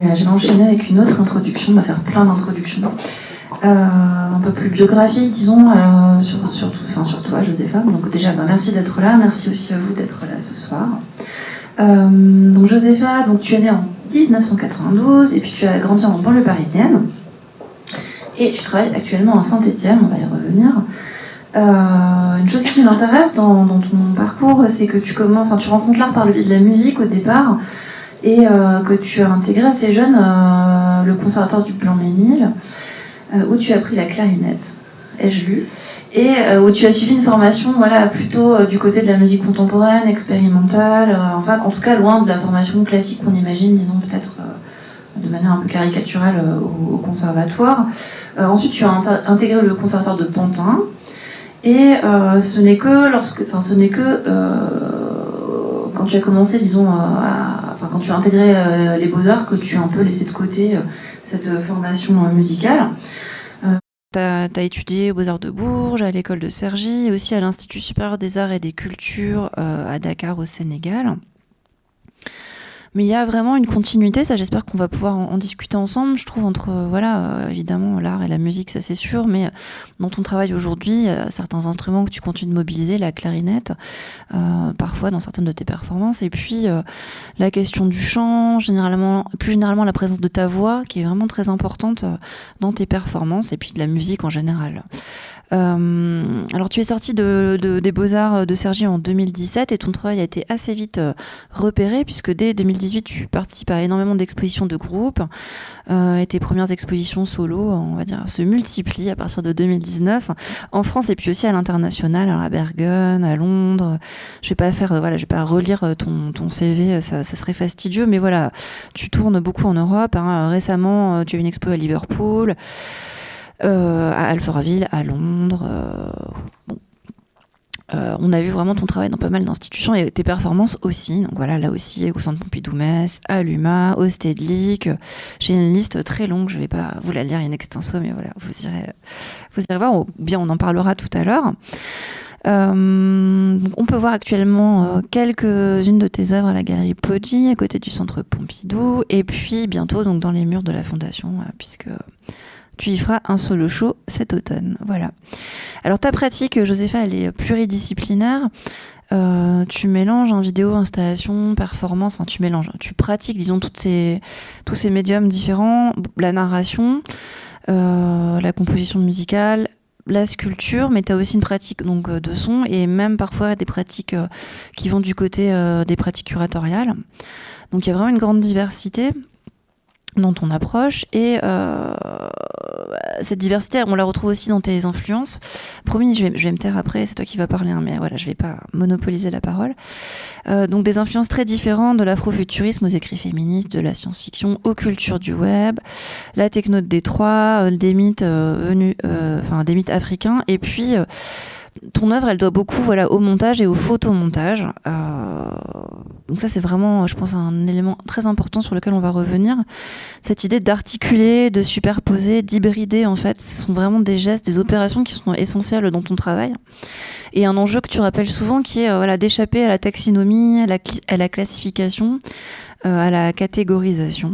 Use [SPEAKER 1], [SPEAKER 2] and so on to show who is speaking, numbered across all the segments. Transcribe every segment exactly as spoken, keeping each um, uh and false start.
[SPEAKER 1] Je vais enchaîner avec une autre introduction, on va faire plein d'introductions. Euh, un peu plus biographique, disons, euh, sur, sur, enfin, sur toi, Josépha. Donc déjà, ben, merci d'être là, merci aussi à vous d'être là ce soir. Euh, donc Josépha, donc, tu es née en dix-neuf cent quatre-vingt-douze et puis tu as grandi en banlieue parisienne. Et tu travailles actuellement à Saint-Étienne, on va y revenir. Euh, une chose qui m'intéresse dans, dans ton parcours, c'est que tu, commences, enfin, tu rencontres l'art par le biais de la musique au départ et euh, que tu as intégré assez jeune euh, le conservatoire du Blanc-Ménil, euh, où tu as appris la clarinette, ai-je lu, et euh, où tu as suivi une formation voilà, plutôt euh, du côté de la musique contemporaine, expérimentale, euh, enfin en tout cas loin de la formation classique qu'on imagine, disons peut-être euh, de manière un peu caricaturale euh, au, au conservatoire. Euh, ensuite tu as intégré le conservatoire de Pantin, et euh, ce n'est que lorsque, enfin ce n'est que euh, quand tu as commencé, disons, à, enfin quand tu as intégré euh, les Beaux-Arts que tu as un peu laissé de côté euh, cette formation euh, musicale. Euh, tu as étudié aux Beaux-Arts de Bourges, à l'école de Cergy, et aussi à l'Institut supérieur des arts et des cultures euh, à Dakar au Sénégal. Mais il y a vraiment une continuité, ça j'espère qu'on va pouvoir en, en discuter ensemble, je trouve, entre, euh, voilà, euh, évidemment, l'art et la musique, ça c'est sûr, mais dans ton travail aujourd'hui, euh, certains instruments que tu continues de mobiliser, la clarinette, euh, parfois dans certaines de tes performances, et puis euh, la question du chant, généralement, plus généralement la présence de ta voix, qui est vraiment très importante euh, dans tes performances, et puis de la musique en général. Euh, alors tu es sorti de, de, des Beaux-Arts de Cergy en deux mille dix-sept et ton travail a été assez vite euh, repéré puisque dès deux mille dix-huit tu participes à énormément d'expositions de groupe euh, et tes premières expositions solo, on va dire, se multiplient à partir de deux mille dix-neuf en France et puis aussi à l'international, alors à Bergen, à Londres. Je vais pas faire, euh, voilà, je vais pas relire ton, ton C V, ça, ça serait fastidieux, mais voilà, tu tournes beaucoup en Europe. Hein. Récemment, tu as eu une expo à Liverpool. Euh, à Alfortville, à Londres. Euh, bon. euh, on a vu vraiment ton travail dans pas mal d'institutions et tes performances aussi. Donc voilà, là aussi, au Centre Pompidou-Metz, à l'U M A, au Stedelijk. J'ai une liste très longue, je ne vais pas vous la lire in extenso, mais voilà, vous irez, vous irez voir, ou bien on en parlera tout à l'heure. Euh, donc on peut voir actuellement euh, quelques-unes de tes œuvres à la galerie Poggi, à côté du Centre Pompidou, et puis bientôt donc, dans les murs de la Fondation, euh, puisque tu y feras un solo show cet automne. Voilà. Alors ta pratique, Josépha, elle est pluridisciplinaire. Euh, tu mélanges en vidéo, installation, performance, enfin tu mélanges, tu pratiques, disons, toutes ces, tous ces médiums différents, la narration, euh, la composition musicale, la sculpture, mais tu as aussi une pratique donc, de son et même parfois des pratiques euh, qui vont du côté euh, des pratiques curatoriales. Donc il y a vraiment une grande diversité dans ton approche et euh, cette diversité on la retrouve aussi dans tes influences. Promis, je vais, je vais me taire après, c'est toi qui vas parler, hein, mais voilà, je vais pas monopoliser la parole. Euh, donc des influences très différentes, de l'afrofuturisme aux écrits féministes, de la science-fiction aux cultures du web, la techno de Détroit, euh, des mythes euh, venus, euh, enfin des mythes africains, et puis euh, ton œuvre, elle doit beaucoup voilà, au montage et au photomontage. Euh, donc ça, c'est vraiment, je pense, un élément très important sur lequel on va revenir. Cette idée d'articuler, de superposer, d'hybrider, en fait, ce sont vraiment des gestes, des opérations qui sont essentielles dans ton travail. Et un enjeu que tu rappelles souvent, qui est euh, voilà, d'échapper à la taxinomie, à la, à la classification, euh, à la catégorisation.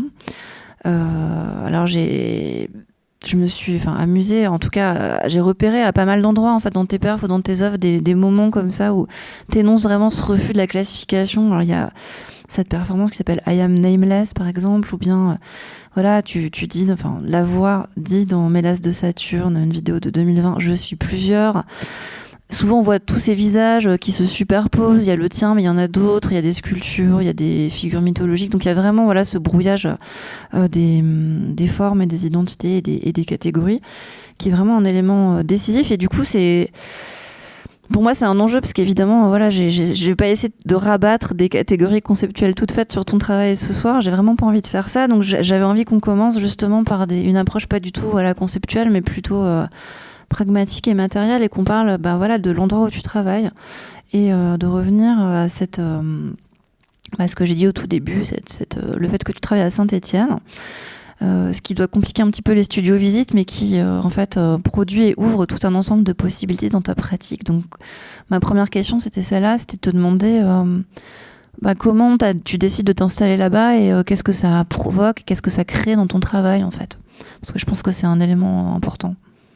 [SPEAKER 1] Euh, alors j'ai... Je me suis enfin, amusée, en tout cas, euh, j'ai repéré à pas mal d'endroits en fait, dans tes perfs ou dans tes œuvres des, des moments comme ça où tu énonces vraiment ce refus de la classification. Alors il y a cette performance qui s'appelle I Am Nameless par exemple, ou bien euh, voilà, tu, tu dis, enfin, la voix dit dans Mélas de Saturne, une vidéo de deux mille vingt, je suis plusieurs. Souvent, on voit tous ces visages qui se superposent. Il y a le tien, mais il y en a d'autres. Il y a des sculptures, il y a des figures mythologiques. Donc, il y a vraiment voilà, ce brouillage euh, des, des formes et des identités et des, et des catégories qui est vraiment un élément euh, décisif. Et du coup, c'est... Pour moi, c'est un enjeu parce qu'évidemment, voilà, j'ai, j'ai, je vais pas essayer de rabattre des catégories conceptuelles toutes faites sur ton travail ce soir. J'ai vraiment pas envie de faire ça. Donc, j'avais envie qu'on commence justement par des, une approche pas du tout voilà, conceptuelle, mais plutôt... Euh, pragmatique et matériel et qu'on parle ben voilà, de l'endroit où tu travailles et euh, de revenir à, cette, euh, à ce que j'ai dit au tout début, cette, cette, euh, le fait que tu travailles à Saint-Étienne, euh, ce qui doit compliquer un petit peu les studios visites mais qui euh, en fait euh, produit et ouvre tout un ensemble de possibilités dans ta pratique. Donc ma première question c'était celle-là, c'était de te demander euh, bah, comment tu décides de t'installer là-bas et euh, qu'est-ce que ça provoque, qu'est-ce que ça crée dans ton travail en fait? Parce que je pense que c'est un élément important.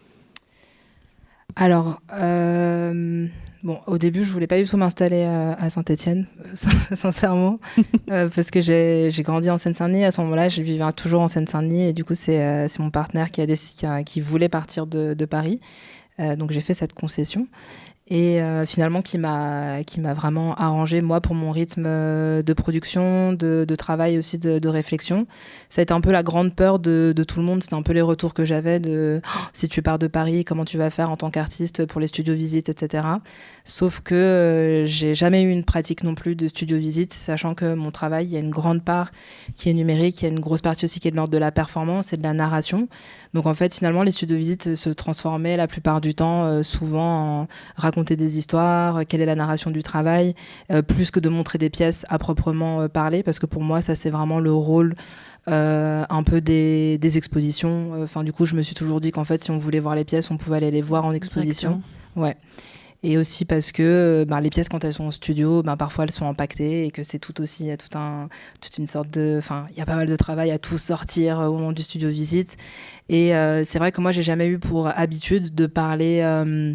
[SPEAKER 2] Alors, euh, bon, au début, je voulais pas du tout m'installer à, à Saint-Étienne, euh, sincèrement, euh, parce que j'ai, j'ai grandi en Seine-Saint-Denis. À ce moment-là, je vivais toujours en Seine-Saint-Denis, et du coup, c'est, euh, c'est mon partenaire qui a décidé, qui, a, qui voulait partir de, de Paris. Euh, donc, j'ai fait cette concession. Et euh, finalement qui m'a qui m'a vraiment arrangé moi pour mon rythme de production, de, de travail aussi, de, de réflexion. Ça a été un peu la grande peur de, de tout le monde. C'était un peu les retours que j'avais de oh, si tu pars de Paris, comment tu vas faire en tant qu'artiste pour les studios visites, et cetera. Sauf que euh, j'ai jamais eu une pratique non plus de studio visite, sachant que mon travail, il y a une grande part qui est numérique, il y a une grosse partie aussi qui est de l'ordre de la performance et de la narration. Donc en fait finalement les studios visites se transformaient la plupart du temps euh, souvent en raconter des histoires, quelle est la narration du travail, euh, plus que de montrer des pièces à proprement euh, parler, parce que pour moi ça c'est vraiment le rôle euh, un peu des, des expositions. Enfin du coup je me suis toujours dit qu'en fait si on voulait voir les pièces on pouvait aller les voir en exposition. Ouais. Et aussi parce que ben, les pièces, quand elles sont au studio, ben, parfois elles sont impactées et que c'est tout aussi, il y a tout un, toute une sorte de... Enfin, il y a pas mal de travail à tout sortir au moment du studio visite. Et euh, c'est vrai que moi, j'ai jamais eu pour habitude de parler... Euh,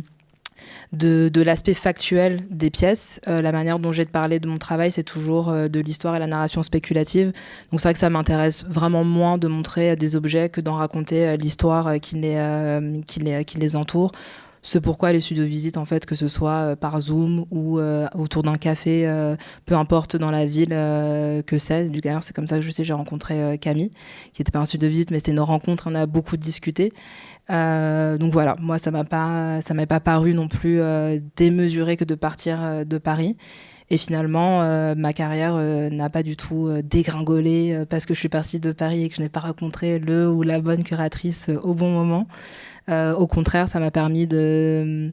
[SPEAKER 2] De, de l'aspect factuel des pièces. Euh, la manière dont j'ai de parler de mon travail, c'est toujours euh, de l'histoire et la narration spéculative. Donc c'est vrai que ça m'intéresse vraiment moins de montrer euh, des objets que d'en raconter euh, l'histoire euh, qui, les, euh, qui, les, qui les entoure. C'est pourquoi les studios visites, en fait, que ce soit euh, par Zoom ou euh, autour d'un café, euh, peu importe dans la ville euh, que c'est. Du coup, c'est comme ça que je sais, j'ai rencontré euh, Camille, qui n'était pas un studio de visite, mais c'était une rencontre, on a beaucoup discuté. Euh, donc voilà, moi ça m'a pas, ça m'est pas paru non plus euh, démesuré que de partir euh, de Paris. Et finalement, euh, ma carrière euh, n'a pas du tout euh, dégringolé euh, parce que je suis partie de Paris et que je n'ai pas rencontré le ou la bonne curatrice euh, au bon moment. Euh, au contraire, ça m'a permis de,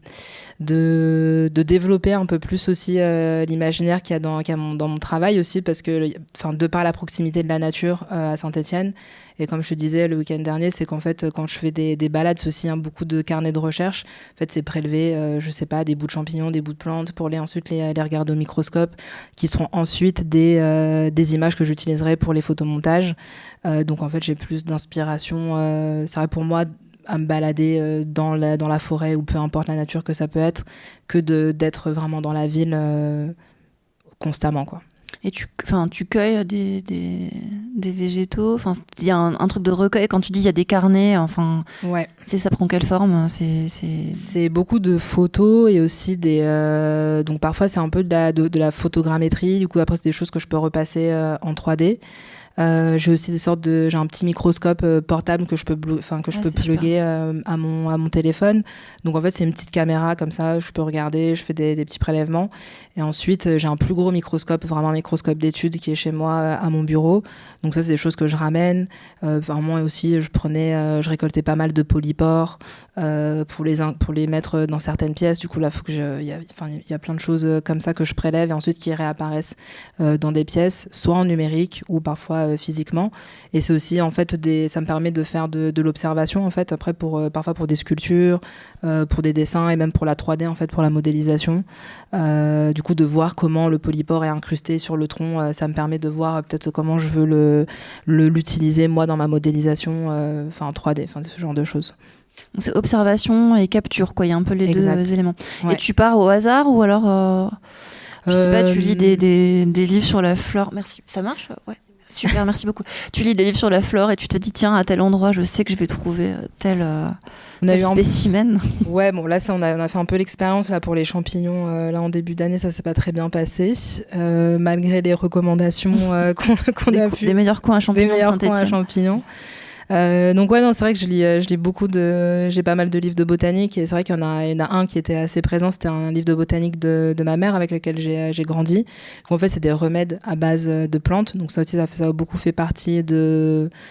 [SPEAKER 2] de, de développer un peu plus aussi euh, l'imaginaire qu'il y a dans, qu'il y a mon, dans mon travail aussi, parce que, enfin, de par la proximité de la nature euh, à Saint-Étienne, et comme je te disais le week-end dernier, c'est qu'en fait, quand je fais des, des balades, c'est aussi hein, beaucoup de carnets de recherche. En fait, c'est prélever, euh, je sais pas, des bouts de champignons, des bouts de plantes, pour les ensuite les, les regarder au microscope, qui seront ensuite des, euh, des images que j'utiliserai pour les photomontages. Euh, donc en fait, j'ai plus d'inspiration. Euh, c'est vrai pour moi à me balader euh, dans, la, dans la forêt ou peu importe la nature que ça peut être, que de, d'être vraiment dans la ville euh, constamment, quoi.
[SPEAKER 1] Et tu, tu cueilles des, des, des végétaux. Il y a un, un truc de recueil. Quand tu dis il y a des carnets, enfin,
[SPEAKER 2] ouais.
[SPEAKER 1] c'est, ça prend quelle forme? c'est, c'est...
[SPEAKER 2] c'est beaucoup de photos et aussi des... Euh, donc parfois, c'est un peu de la, de, de la photogrammétrie. Du coup, après, c'est des choses que je peux repasser euh, en trois D. Euh, j'ai aussi des sortes de j'ai un petit microscope euh, portable que je peux enfin que je ah, peux plugger euh, à mon à mon téléphone. Donc en fait c'est une petite caméra comme ça, je peux regarder, je fais des, des petits prélèvements. Et ensuite euh, j'ai un plus gros microscope, vraiment un microscope d'études qui est chez moi euh, à mon bureau. Donc ça c'est des choses que je ramène. Euh, vraiment aussi je prenais euh, je récoltais pas mal de polypores euh, pour les pour les mettre dans certaines pièces. Du coup là faut que je il y a enfin il y a plein de choses comme ça que je prélève et ensuite qui réapparaissent euh, dans des pièces, soit en numérique ou parfois physiquement. Et c'est aussi en fait des ça me permet de faire de, de l'observation en fait après pour euh, parfois pour des sculptures, euh, pour des dessins et même pour la trois D en fait pour la modélisation. Euh, du coup de voir comment le polypore est incrusté sur le tronc, euh, ça me permet de voir euh, peut-être comment je veux le, le l'utiliser moi dans ma modélisation, enfin euh, en trois D, enfin ce genre de choses.
[SPEAKER 1] Donc c'est observation et capture quoi, il y a un peu les exact. Deux éléments. Ouais. Et tu pars au hasard ou alors euh, je sais pas, tu lis des, des, des livres sur la flore. Merci, ça marche? Ouais. Super, merci beaucoup. Tu lis des livres sur la flore et tu te dis tiens à tel endroit je sais que je vais trouver tel, euh, on a tel eu spécimen.
[SPEAKER 2] Un... Ouais bon là ça, on, a, on a fait un peu l'expérience là pour les champignons euh, là en début d'année ça s'est pas très bien passé euh, malgré les recommandations euh, qu'on, qu'on
[SPEAKER 1] des,
[SPEAKER 2] a pu.
[SPEAKER 1] Des meilleurs coins à champignons.
[SPEAKER 2] Des meilleurs coins à champignons. Euh, donc ouais non c'est vrai que je lis euh, je lis beaucoup de j'ai pas mal de livres de botanique et c'est vrai qu'il y en a il y en a un qui était assez présent, c'était un livre de botanique de de ma mère avec lequel j'ai j'ai grandi. Donc, en fait c'est des remèdes à base de plantes, donc ça aussi ça, ça a beaucoup fait partie de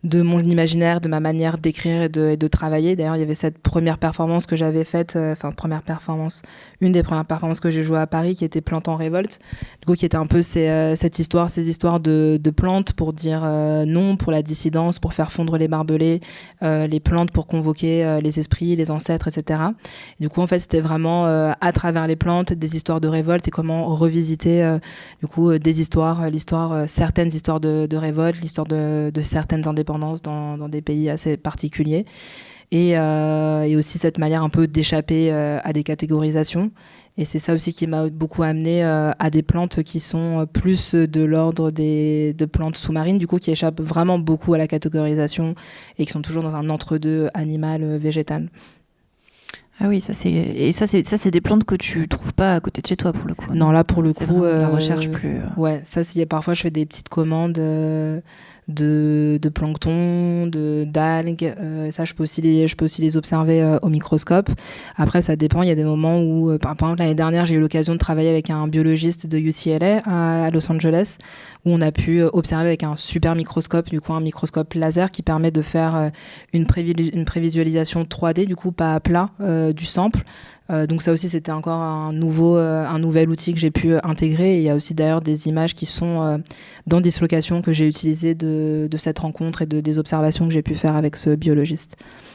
[SPEAKER 2] de mon imaginaire, de ma manière d'écrire et de, et de travailler. D'ailleurs, il y avait cette première performance que j'avais faite, enfin, euh, première performance, une des premières performances que j'ai jouées à Paris, qui était Plantes en révolte, du coup, qui était un peu ces, euh, cette histoire, ces histoires de, de plantes pour dire euh, non, pour la dissidence, pour faire fondre les barbelés, euh, les plantes pour convoquer euh, les esprits, les ancêtres, et cetera. Et du coup, en fait, c'était vraiment euh, à travers les plantes, des histoires de révolte et comment revisiter, euh, du coup, euh, des histoires, euh, l'histoire, euh, certaines histoires de, de révolte, l'histoire de, de certaines indépendances Dans, dans des pays assez particuliers et, euh, et aussi cette manière un peu d'échapper euh, à des catégorisations, et c'est ça aussi qui m'a beaucoup amené euh, à des plantes qui sont plus de l'ordre des de plantes sous-marines, du coup qui échappent vraiment beaucoup à la catégorisation et qui sont toujours dans un entre-deux animal euh, végétal.
[SPEAKER 1] Ah oui, ça c'est et ça c'est ça c'est des plantes que tu trouves pas à côté de chez toi pour le coup.
[SPEAKER 2] Non, là pour le coup,
[SPEAKER 1] euh, la
[SPEAKER 2] euh,
[SPEAKER 1] recherche plus. Euh...
[SPEAKER 2] Ouais, ça c'est parfois je fais des petites commandes euh, de, de plancton, de d'algues. Euh, ça je peux aussi les je peux aussi les observer euh, au microscope. Après ça dépend. Il y a des moments où, euh, par exemple l'année dernière j'ai eu l'occasion de travailler avec un biologiste de U C L A à, à Los Angeles, où on a pu observer avec un super microscope, du coup un microscope laser qui permet de faire euh, une, prévi- une prévisualisation trois D, du coup pas à plat euh, du sample. Euh, donc ça aussi c'était encore un nouveau euh, un nouvel outil que j'ai pu euh, intégrer, et il y a aussi d'ailleurs des images qui sont euh, dans Dislocation que j'ai utilisées de, de cette rencontre et de, des observations que j'ai pu faire avec ce biologiste.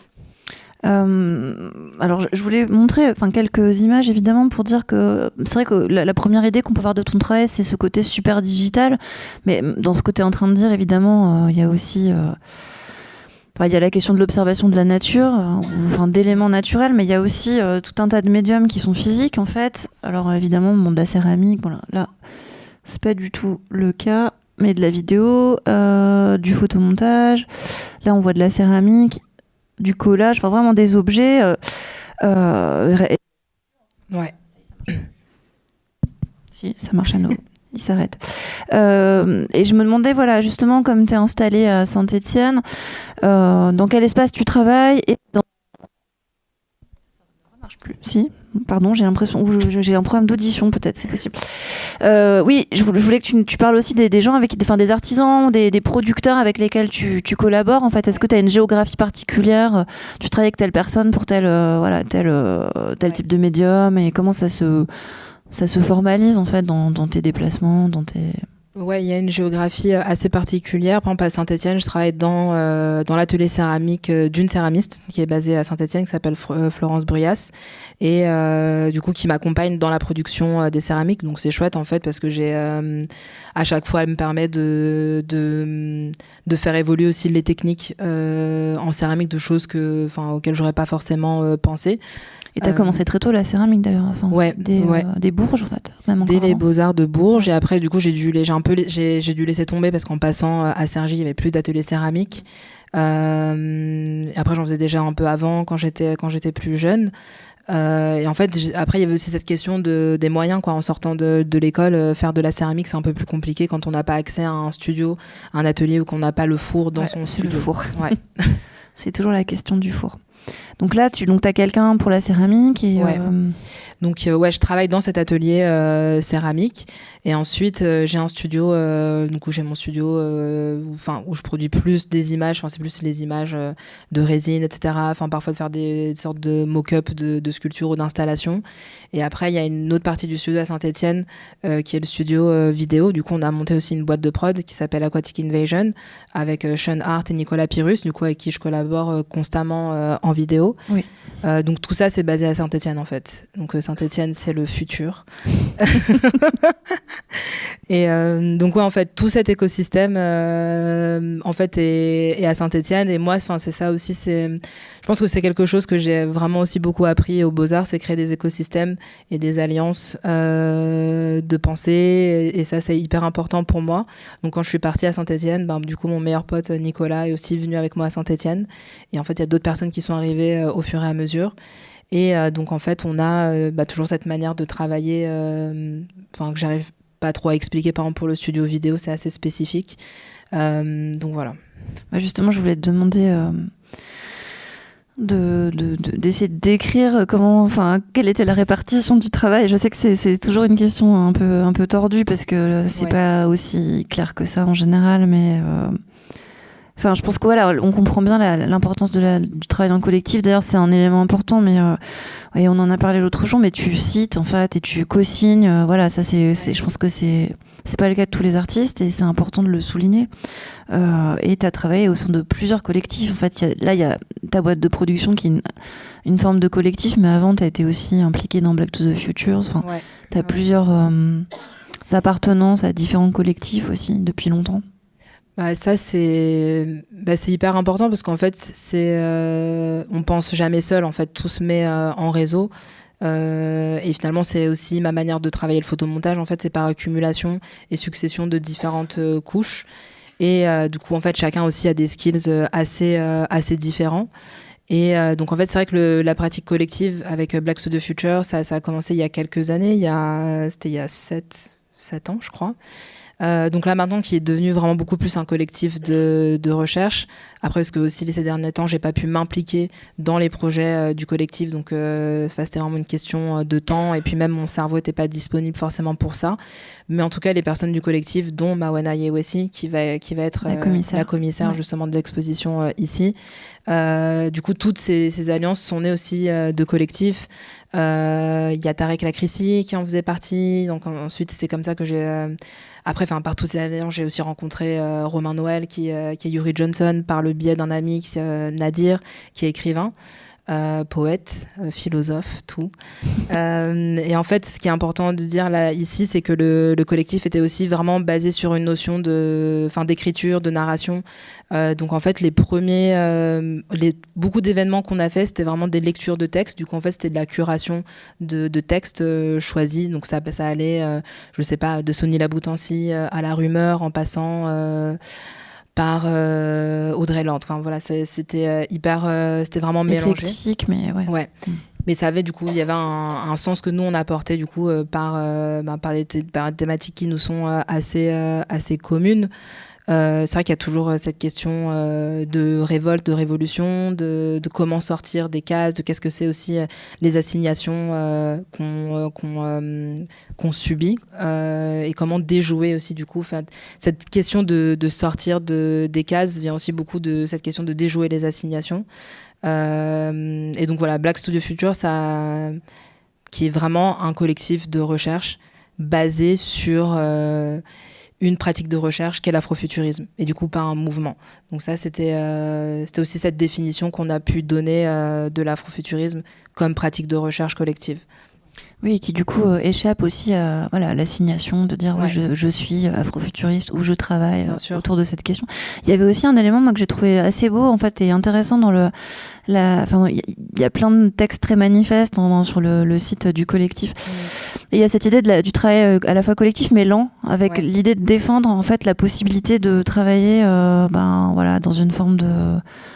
[SPEAKER 1] Euh, alors je voulais montrer enfin quelques images évidemment pour dire que c'est vrai que la, la première idée qu'on peut avoir de ton travail c'est ce côté super digital, mais dans ce que tu es en train de dire évidemment il euh, y a aussi euh, Enfin, il y a la question de l'observation de la nature, euh, enfin d'éléments naturels, mais il y a aussi euh, tout un tas de médiums qui sont physiques en fait. Alors évidemment, bon, de la céramique, voilà, là, c'est pas du tout le cas, mais de la vidéo, euh, du photomontage. Là, on voit de la céramique, du collage, enfin vraiment des objets. Euh, euh,
[SPEAKER 2] ouais.
[SPEAKER 1] Si, ça marche à nouveau. Il s'arrête. Euh, et je me demandais, voilà, justement, comme tu es installée à Saint-Étienne, euh, dans quel espace tu travailles et dans... Ça ne marche plus. Si, pardon, j'ai l'impression, ou j'ai un problème d'audition, peut-être, c'est possible. Euh, oui, je voulais que tu, tu parles aussi des, des gens, avec, enfin, des artisans, des, des producteurs avec lesquels tu, tu collabores. En fait, est-ce que tu as une géographie particulière? Tu travailles avec telle personne pour tel, euh, voilà, tel, euh, tel type de médium, et comment ça se... ça se formalise en fait dans, dans tes déplacements, dans tes...
[SPEAKER 2] Ouais, il y a une géographie assez particulière. Par exemple, à Saint-Étienne, je travaille dans, euh, dans l'atelier céramique euh, d'une céramiste qui est basée à Saint-Étienne, qui s'appelle F- Florence Bruyas, et euh, du coup qui m'accompagne dans la production euh, des céramiques. Donc c'est chouette en fait parce que j'ai euh, à chaque fois elle me permet de de, de faire évoluer aussi les techniques euh, en céramique, de choses que, enfin, auxquelles j'aurais pas forcément euh, pensé.
[SPEAKER 1] Et tu as euh, commencé très tôt la céramique d'ailleurs, enfin,
[SPEAKER 2] ouais,
[SPEAKER 1] des,
[SPEAKER 2] ouais.
[SPEAKER 1] Euh, des Bourges en fait, même
[SPEAKER 2] dès
[SPEAKER 1] encore
[SPEAKER 2] les
[SPEAKER 1] avant.
[SPEAKER 2] Beaux-Arts de Bourges, et après du coup j'ai dû j'ai un peu j'ai, j'ai dû laisser tomber parce qu'en passant à Cergy il y avait plus d'atelier céramique. Euh, après j'en faisais déjà un peu avant quand j'étais quand j'étais plus jeune. Euh, et en fait après il y avait aussi cette question de des moyens quoi. En sortant de, de l'école, euh, faire de la céramique c'est un peu plus compliqué quand on n'a pas accès à un studio, à un atelier, ou qu'on n'a pas le four dans
[SPEAKER 1] ouais,
[SPEAKER 2] son
[SPEAKER 1] c'est
[SPEAKER 2] studio.
[SPEAKER 1] le four.
[SPEAKER 2] Ouais.
[SPEAKER 1] C'est toujours la question du four. Donc là, tu donc as quelqu'un pour la céramique et
[SPEAKER 2] ouais.
[SPEAKER 1] Euh...
[SPEAKER 2] Donc euh, ouais, je travaille dans cet atelier euh, céramique, et ensuite euh, j'ai un studio, euh, donc où j'ai mon studio, euh, où, enfin où je produis plus des images. Enfin c'est plus les images euh, de résine, et cetera. Enfin parfois de faire des, des sortes de mock-up de, de sculptures ou d'installations. Et après il y a une autre partie du studio à Saint-Étienne euh, qui est le studio euh, vidéo. Du coup on a monté aussi une boîte de prod qui s'appelle Aquatic Invasion avec euh, Sean Hart et Nicolas Pyrrhus, du coup avec qui je collabore euh, constamment euh, en vidéo.
[SPEAKER 1] Oui.
[SPEAKER 2] Euh, donc tout ça c'est basé à Saint-Étienne en fait. Donc euh, Saint-Étienne c'est le futur. Et euh, donc ouais en fait tout cet écosystème euh, en fait est, est à Saint-Étienne, et moi enfin c'est ça aussi, c'est je pense que c'est quelque chose que j'ai vraiment aussi beaucoup appris aux Beaux-Arts, c'est créer des écosystèmes et des alliances euh, de pensée, et, et ça c'est hyper important pour moi. Donc quand je suis partie à Saint-Étienne, ben, du coup mon meilleur pote Nicolas est aussi venu avec moi à Saint-Étienne, et en fait il y a d'autres personnes qui sont arrivées euh, au fur et à mesure. Et euh, donc en fait on a euh, bah, toujours cette manière de travailler, enfin euh, que j'arrive pas trop à expliquer. Par exemple pour le studio vidéo c'est assez spécifique, euh, donc voilà.
[SPEAKER 1] Bah justement je voulais te demander euh, de, de, de, d'essayer de décrire comment, enfin quelle était la répartition du travail. Je sais que c'est, c'est toujours une question un peu, un peu tordue parce que c'est ouais. pas aussi clair que ça en général, mais euh, Enfin, je pense que voilà, on comprend bien la, l'importance de la, du travail dans le collectif. D'ailleurs, c'est un élément important, mais euh, et on en a parlé l'autre jour. Mais tu cites en fait et tu co-signes. Euh, voilà, ça c'est, c'est, je pense que c'est, c'est pas le cas de tous les artistes et c'est important de le souligner. Euh, et tu as travaillé au sein de plusieurs collectifs. En fait, y a, là, il y a ta boîte de production qui est une, une forme de collectif, mais avant, tu as été aussi impliquée dans Black to the Futures. Enfin,
[SPEAKER 2] Ouais.
[SPEAKER 1] tu as
[SPEAKER 2] Ouais.
[SPEAKER 1] plusieurs euh, appartenances à différents collectifs aussi depuis longtemps.
[SPEAKER 2] Bah, ça, c'est bah, c'est hyper important parce qu'en fait, c'est, euh, on pense jamais seul. En fait, tout se met euh, en réseau. Euh, et finalement, c'est aussi ma manière de travailler le photomontage. En fait, c'est par accumulation et succession de différentes euh, couches. Et euh, du coup, en fait, chacun aussi a des skills euh, assez, euh, assez différents. Et euh, donc, en fait, c'est vrai que le, la pratique collective avec euh, Black to the Future, ça, ça a commencé il y a quelques années. Il y a, c'était il y a sept ans, je crois. Euh, donc là maintenant qui est devenu vraiment beaucoup plus un collectif de, de recherche. Après parce que aussi ces derniers temps j'ai pas pu m'impliquer dans les projets euh, du collectif, donc euh, ça, c'était vraiment une question de temps et puis même mon cerveau était pas disponible forcément pour ça. Mais en tout cas les personnes du collectif dont Mawana Yewesi qui va, qui va être
[SPEAKER 1] La
[SPEAKER 2] euh,
[SPEAKER 1] commissaire,
[SPEAKER 2] la commissaire
[SPEAKER 1] ouais.
[SPEAKER 2] justement de l'exposition euh, ici. Euh, du coup toutes ces, ces alliances sont nées aussi euh, de collectifs. Il euh, y a Tarek Lakrissi qui en faisait partie, donc ensuite c'est comme ça que j'ai euh, après, enfin, par tous ces alliances, j'ai aussi rencontré euh, Romain Noël, qui, euh, qui est Yuri Johnson, par le biais d'un ami, qui, euh, Nadir, qui est écrivain, euh, poète, euh, philosophe, tout. euh, et en fait, ce qui est important de dire là, ici, c'est que le, le collectif était aussi vraiment basé sur une notion de, enfin, d'écriture, de narration. Euh, donc, en fait, les premiers, euh, les, beaucoup d'événements qu'on a fait, c'était vraiment des lectures de textes. Du coup, en fait, c'était de la curation de, de textes euh, choisis. Donc, ça, ça allait, euh, je sais pas, de Sonny Laboutancy euh, à La Rumeur, en passant euh, par euh, Audrey Lorde. Enfin, voilà, c'était euh, hyper, euh, c'était vraiment mélangé.
[SPEAKER 1] Éclectique, mais ouais.
[SPEAKER 2] Ouais. Mm. Mais ça avait du coup, il y avait un, un sens que nous on apportait du coup euh, par, euh, bah, par, des par des thématiques qui nous sont euh, assez, euh, assez communes. Euh, c'est vrai qu'il y a toujours cette question euh, de révolte, de révolution, de, de comment sortir des cases, de qu'est-ce que c'est aussi euh, les assignations euh, qu'on euh, qu'on euh, qu'on subit euh, et comment déjouer aussi du coup. Enfin, cette question de, de sortir de, des cases vient aussi beaucoup de cette question de déjouer les assignations. Euh, et donc voilà, Black to the Future, ça, qui est vraiment un collectif de recherche basé sur euh, une pratique de recherche qu'est l'afrofuturisme, et du coup pas un mouvement. Donc ça, c'était euh, c'était aussi cette définition qu'on a pu donner euh, de l'afrofuturisme comme pratique de recherche collective.
[SPEAKER 1] Oui, qui du coup euh, échappe aussi à voilà, l'assignation de dire ouais, ouais je, je suis afrofuturiste ou je travaille euh, autour de cette question. Il y avait aussi un élément moi, que j'ai trouvé assez beau en fait et intéressant dans le la enfin il y, y a plein de textes très manifestes hein, sur le, le site du collectif. Mmh. Et il y a cette idée de la, du travail à la fois collectif mais lent avec ouais. l'idée de défendre en fait la possibilité de travailler euh, ben voilà dans une forme de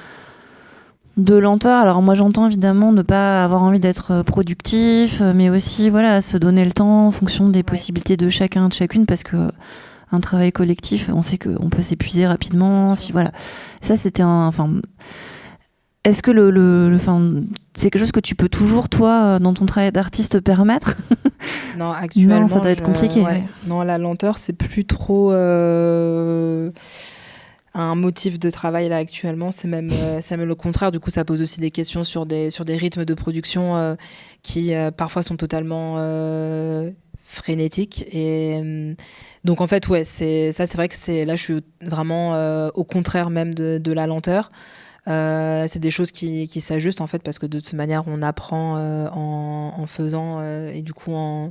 [SPEAKER 1] de lenteur. Alors moi j'entends évidemment ne pas avoir envie d'être productif, mais aussi voilà se donner le temps en fonction des ouais. possibilités de chacun, de chacune, parce que un travail collectif, on sait qu'on peut s'épuiser rapidement. Si voilà, ça c'était un. Enfin, est-ce que le, le, le enfin, c'est quelque chose que tu peux toujours toi dans ton travail d'artiste te permettre?
[SPEAKER 2] Non, actuellement
[SPEAKER 1] non, ça doit être compliqué.
[SPEAKER 2] Je... Ouais. Ouais. Non, la lenteur c'est plus trop. Euh... un motif de travail là actuellement, c'est même, euh, c'est même le contraire. Du coup, ça pose aussi des questions sur des, sur des rythmes de production euh, qui euh, parfois sont totalement euh, frénétiques. Et euh, donc en fait, ouais, c'est ça, c'est vrai que c'est là, je suis vraiment euh, au contraire même de, de la lenteur. Euh, c'est des choses qui, qui s'ajustent en fait parce que de toute manière, on apprend euh, en, en faisant euh, et du coup en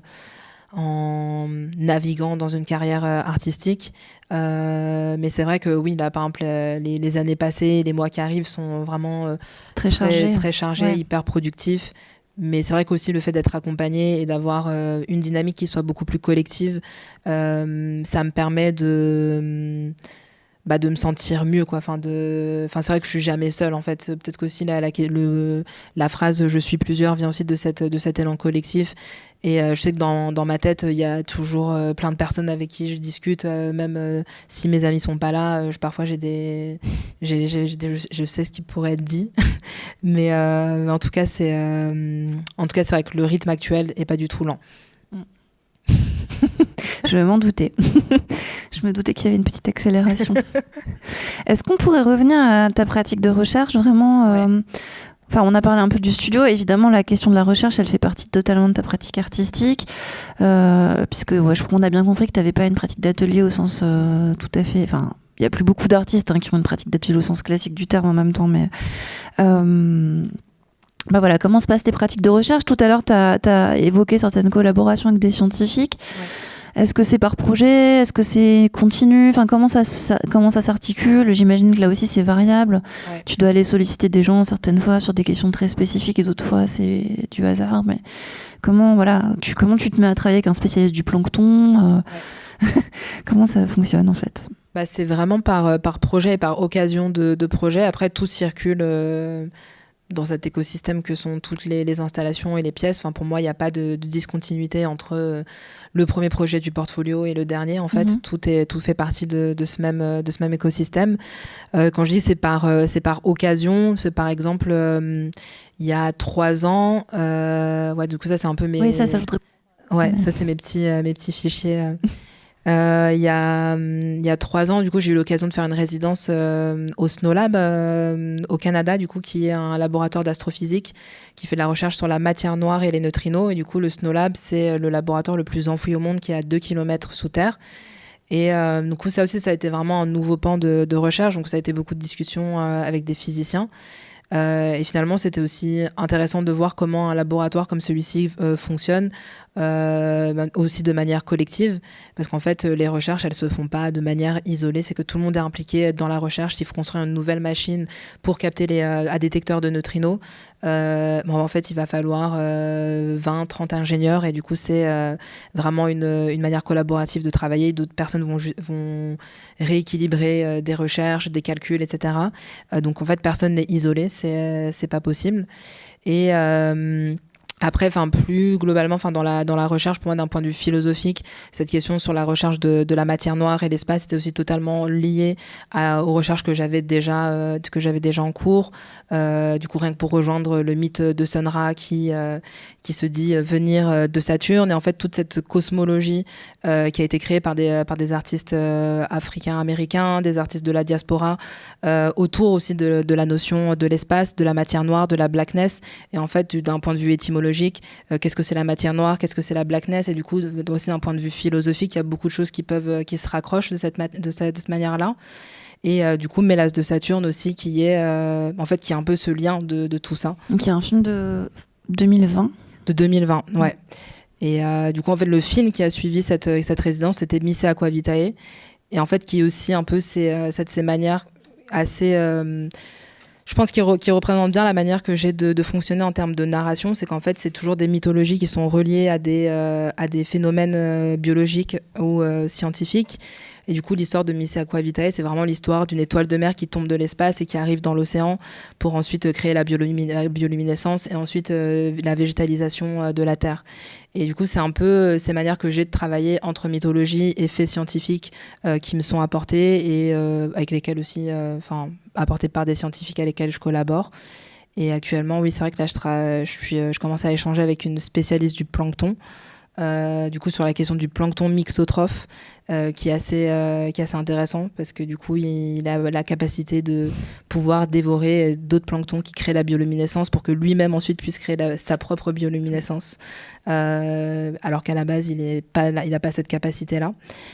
[SPEAKER 2] en naviguant dans une carrière euh, artistique. Euh, mais c'est vrai que oui, là, par exemple, euh, les, les années passées, les mois qui arrivent sont vraiment euh,
[SPEAKER 1] très chargés,
[SPEAKER 2] très, très chargés ouais. hyper productifs. Mais c'est vrai qu'aussi le fait d'être accompagné et d'avoir euh, une dynamique qui soit beaucoup plus collective, euh, ça me permet de... Bah, de me sentir mieux quoi. Enfin, de... enfin, c'est vrai que je suis jamais seule en fait. Peut-être qu'aussi la, la, le, la phrase je suis plusieurs vient aussi de, cette, de cet élan collectif. Et euh, je sais que dans, dans ma tête, il y a toujours euh, plein de personnes avec qui je discute, euh, même euh, si mes amis sont pas là. Euh, je, parfois, j'ai des, j'ai, j'ai, j'ai des, je sais ce qui pourrait être dit, mais euh, en tout cas, c'est, euh, en tout cas, c'est vrai que le rythme actuel est pas du tout lent.
[SPEAKER 1] Je m'en doutais. je je me doutais qu'il y avait une petite accélération. Est-ce qu'on pourrait revenir à ta pratique de recherche vraiment euh, ouais. Enfin, on a parlé un peu du studio. Évidemment, la question de la recherche, elle fait partie totalement de ta pratique artistique. Euh, puisque, ouais, je crois qu'on a bien compris que tu n'avais pas une pratique d'atelier au sens euh, tout à fait... Enfin, il n'y a plus beaucoup d'artistes hein, qui ont une pratique d'atelier au sens classique du terme en même temps. Mais euh, bah voilà, comment se passent tes pratiques de recherche? Tout à l'heure, tu as évoqué certaines collaborations avec des scientifiques. Ouais. Est-ce que c'est par projet? Est-ce que c'est continu? Enfin, comment ça, ça, comment ça s'articule? J'imagine que là aussi, c'est variable. Ouais. Tu dois aller solliciter des gens certaines fois sur des questions très spécifiques et d'autres fois, c'est du hasard. Mais comment, voilà, tu, comment tu te mets à travailler avec un spécialiste du plancton? euh, ouais. Comment ça fonctionne, en fait?
[SPEAKER 2] Bah, c'est vraiment par, par projet et par occasion de, de projet. Après, tout circule... Euh... dans cet écosystème que sont toutes les, les installations et les pièces. Enfin, pour moi, il n'y a pas de, de discontinuité entre euh, le premier projet du portfolio et le dernier. En fait, mm-hmm. tout, est, tout fait partie de, de, ce, même, de ce même écosystème. Euh, quand je dis c'est par, euh, c'est par occasion, c'est par exemple, euh, il y a trois ans, euh, ouais, du coup, ça, c'est un peu mes...
[SPEAKER 1] Oui, ça, ça, je voudrais...
[SPEAKER 2] Ouais, mm-hmm. ça, c'est mes petits, euh, mes petits fichiers... Euh. Euh, il y a il y a trois ans, du coup, j'ai eu l'occasion de faire une résidence euh, au SNOLAB euh, au Canada, du coup, qui est un laboratoire d'astrophysique qui fait de la recherche sur la matière noire et les neutrinos. Et du coup, le SNOLAB, c'est le laboratoire le plus enfoui au monde, qui est à deux kilomètres sous terre. Et euh, du coup, ça aussi, ça a été vraiment un nouveau pan de, de recherche. Donc, ça a été beaucoup de discussions euh, avec des physiciens. Euh, et finalement, c'était aussi intéressant de voir comment un laboratoire comme celui-ci euh, fonctionne, euh, ben, aussi de manière collective, parce qu'en fait, les recherches, elles se font pas de manière isolée. C'est que tout le monde est impliqué dans la recherche. Il faut construire une nouvelle machine pour capter les euh, à détecteurs de neutrinos. Euh, bon, en fait, il va falloir euh, vingt, trente ingénieurs, et du coup, c'est euh, vraiment une, une manière collaborative de travailler. D'autres personnes vont, vont rééquilibrer euh, des recherches, des calculs, et cetera. Euh, donc, en fait, personne n'est isolé. C'est, c'est pas possible. Et euh, après, enfin plus globalement, enfin dans la dans la recherche, pour moi, d'un point de vue philosophique, cette question sur la recherche de, de la matière noire et l'espace était aussi totalement liée à, aux recherches que j'avais déjà euh, que j'avais déjà en cours. Euh, du coup, rien que pour rejoindre le mythe de Sun Ra qui euh, qui se dit venir de Saturne, et en fait toute cette cosmologie euh, qui a été créée par des par des artistes euh, africains, américains, des artistes de la diaspora, euh, autour aussi de, de la notion de l'espace, de la matière noire, de la blackness, et en fait d'un point de vue étymologique, Euh, qu'est-ce que c'est la matière noire, qu'est-ce que c'est la blackness, et du coup aussi d'un point de vue philosophique, il y a beaucoup de choses qui peuvent qui se raccrochent de cette de cette, de cette manière-là. Et euh, du coup Mélas de Saturne aussi, qui est euh, en fait qui est un peu ce lien de, de tout ça.
[SPEAKER 1] Donc il y a un film de deux mille vingt.
[SPEAKER 2] De deux mille vingt, ouais. Et euh, du coup en fait le film qui a suivi cette cette résidence, c'était Mise Aqua Vitae, et en fait qui est aussi un peu ces euh, cette ces manières assez euh, je pense qu'il re, qu'il représente bien la manière que j'ai de, de fonctionner en termes de narration. C'est qu'en fait, c'est toujours des mythologies qui sont reliées à des, euh, à des phénomènes euh, biologiques ou euh, scientifiques. Et du coup, l'histoire de Mise Aqua Vitae, c'est vraiment l'histoire d'une étoile de mer qui tombe de l'espace et qui arrive dans l'océan pour ensuite créer la, biolumi- la bioluminescence et ensuite euh, la végétalisation euh, de la Terre. Et du coup, c'est un peu ces manières que j'ai de travailler entre mythologie et faits scientifiques euh, qui me sont apportés, et euh, avec lesquels aussi, enfin, euh, apportés par des scientifiques avec lesquels je collabore. Et actuellement, oui, c'est vrai que là, je, tra- je, suis, je commence à échanger avec une spécialiste du plancton, euh, du coup, sur la question du plancton mixotrophe, euh, qui est assez, euh, qui est assez intéressant, parce que du coup, il, il a la capacité de pouvoir dévorer d'autres planctons qui créent la bioluminescence pour que lui-même ensuite puisse créer la, sa propre bioluminescence, euh, alors qu'à la base, il n'a pas, il a pas cette capacité-là.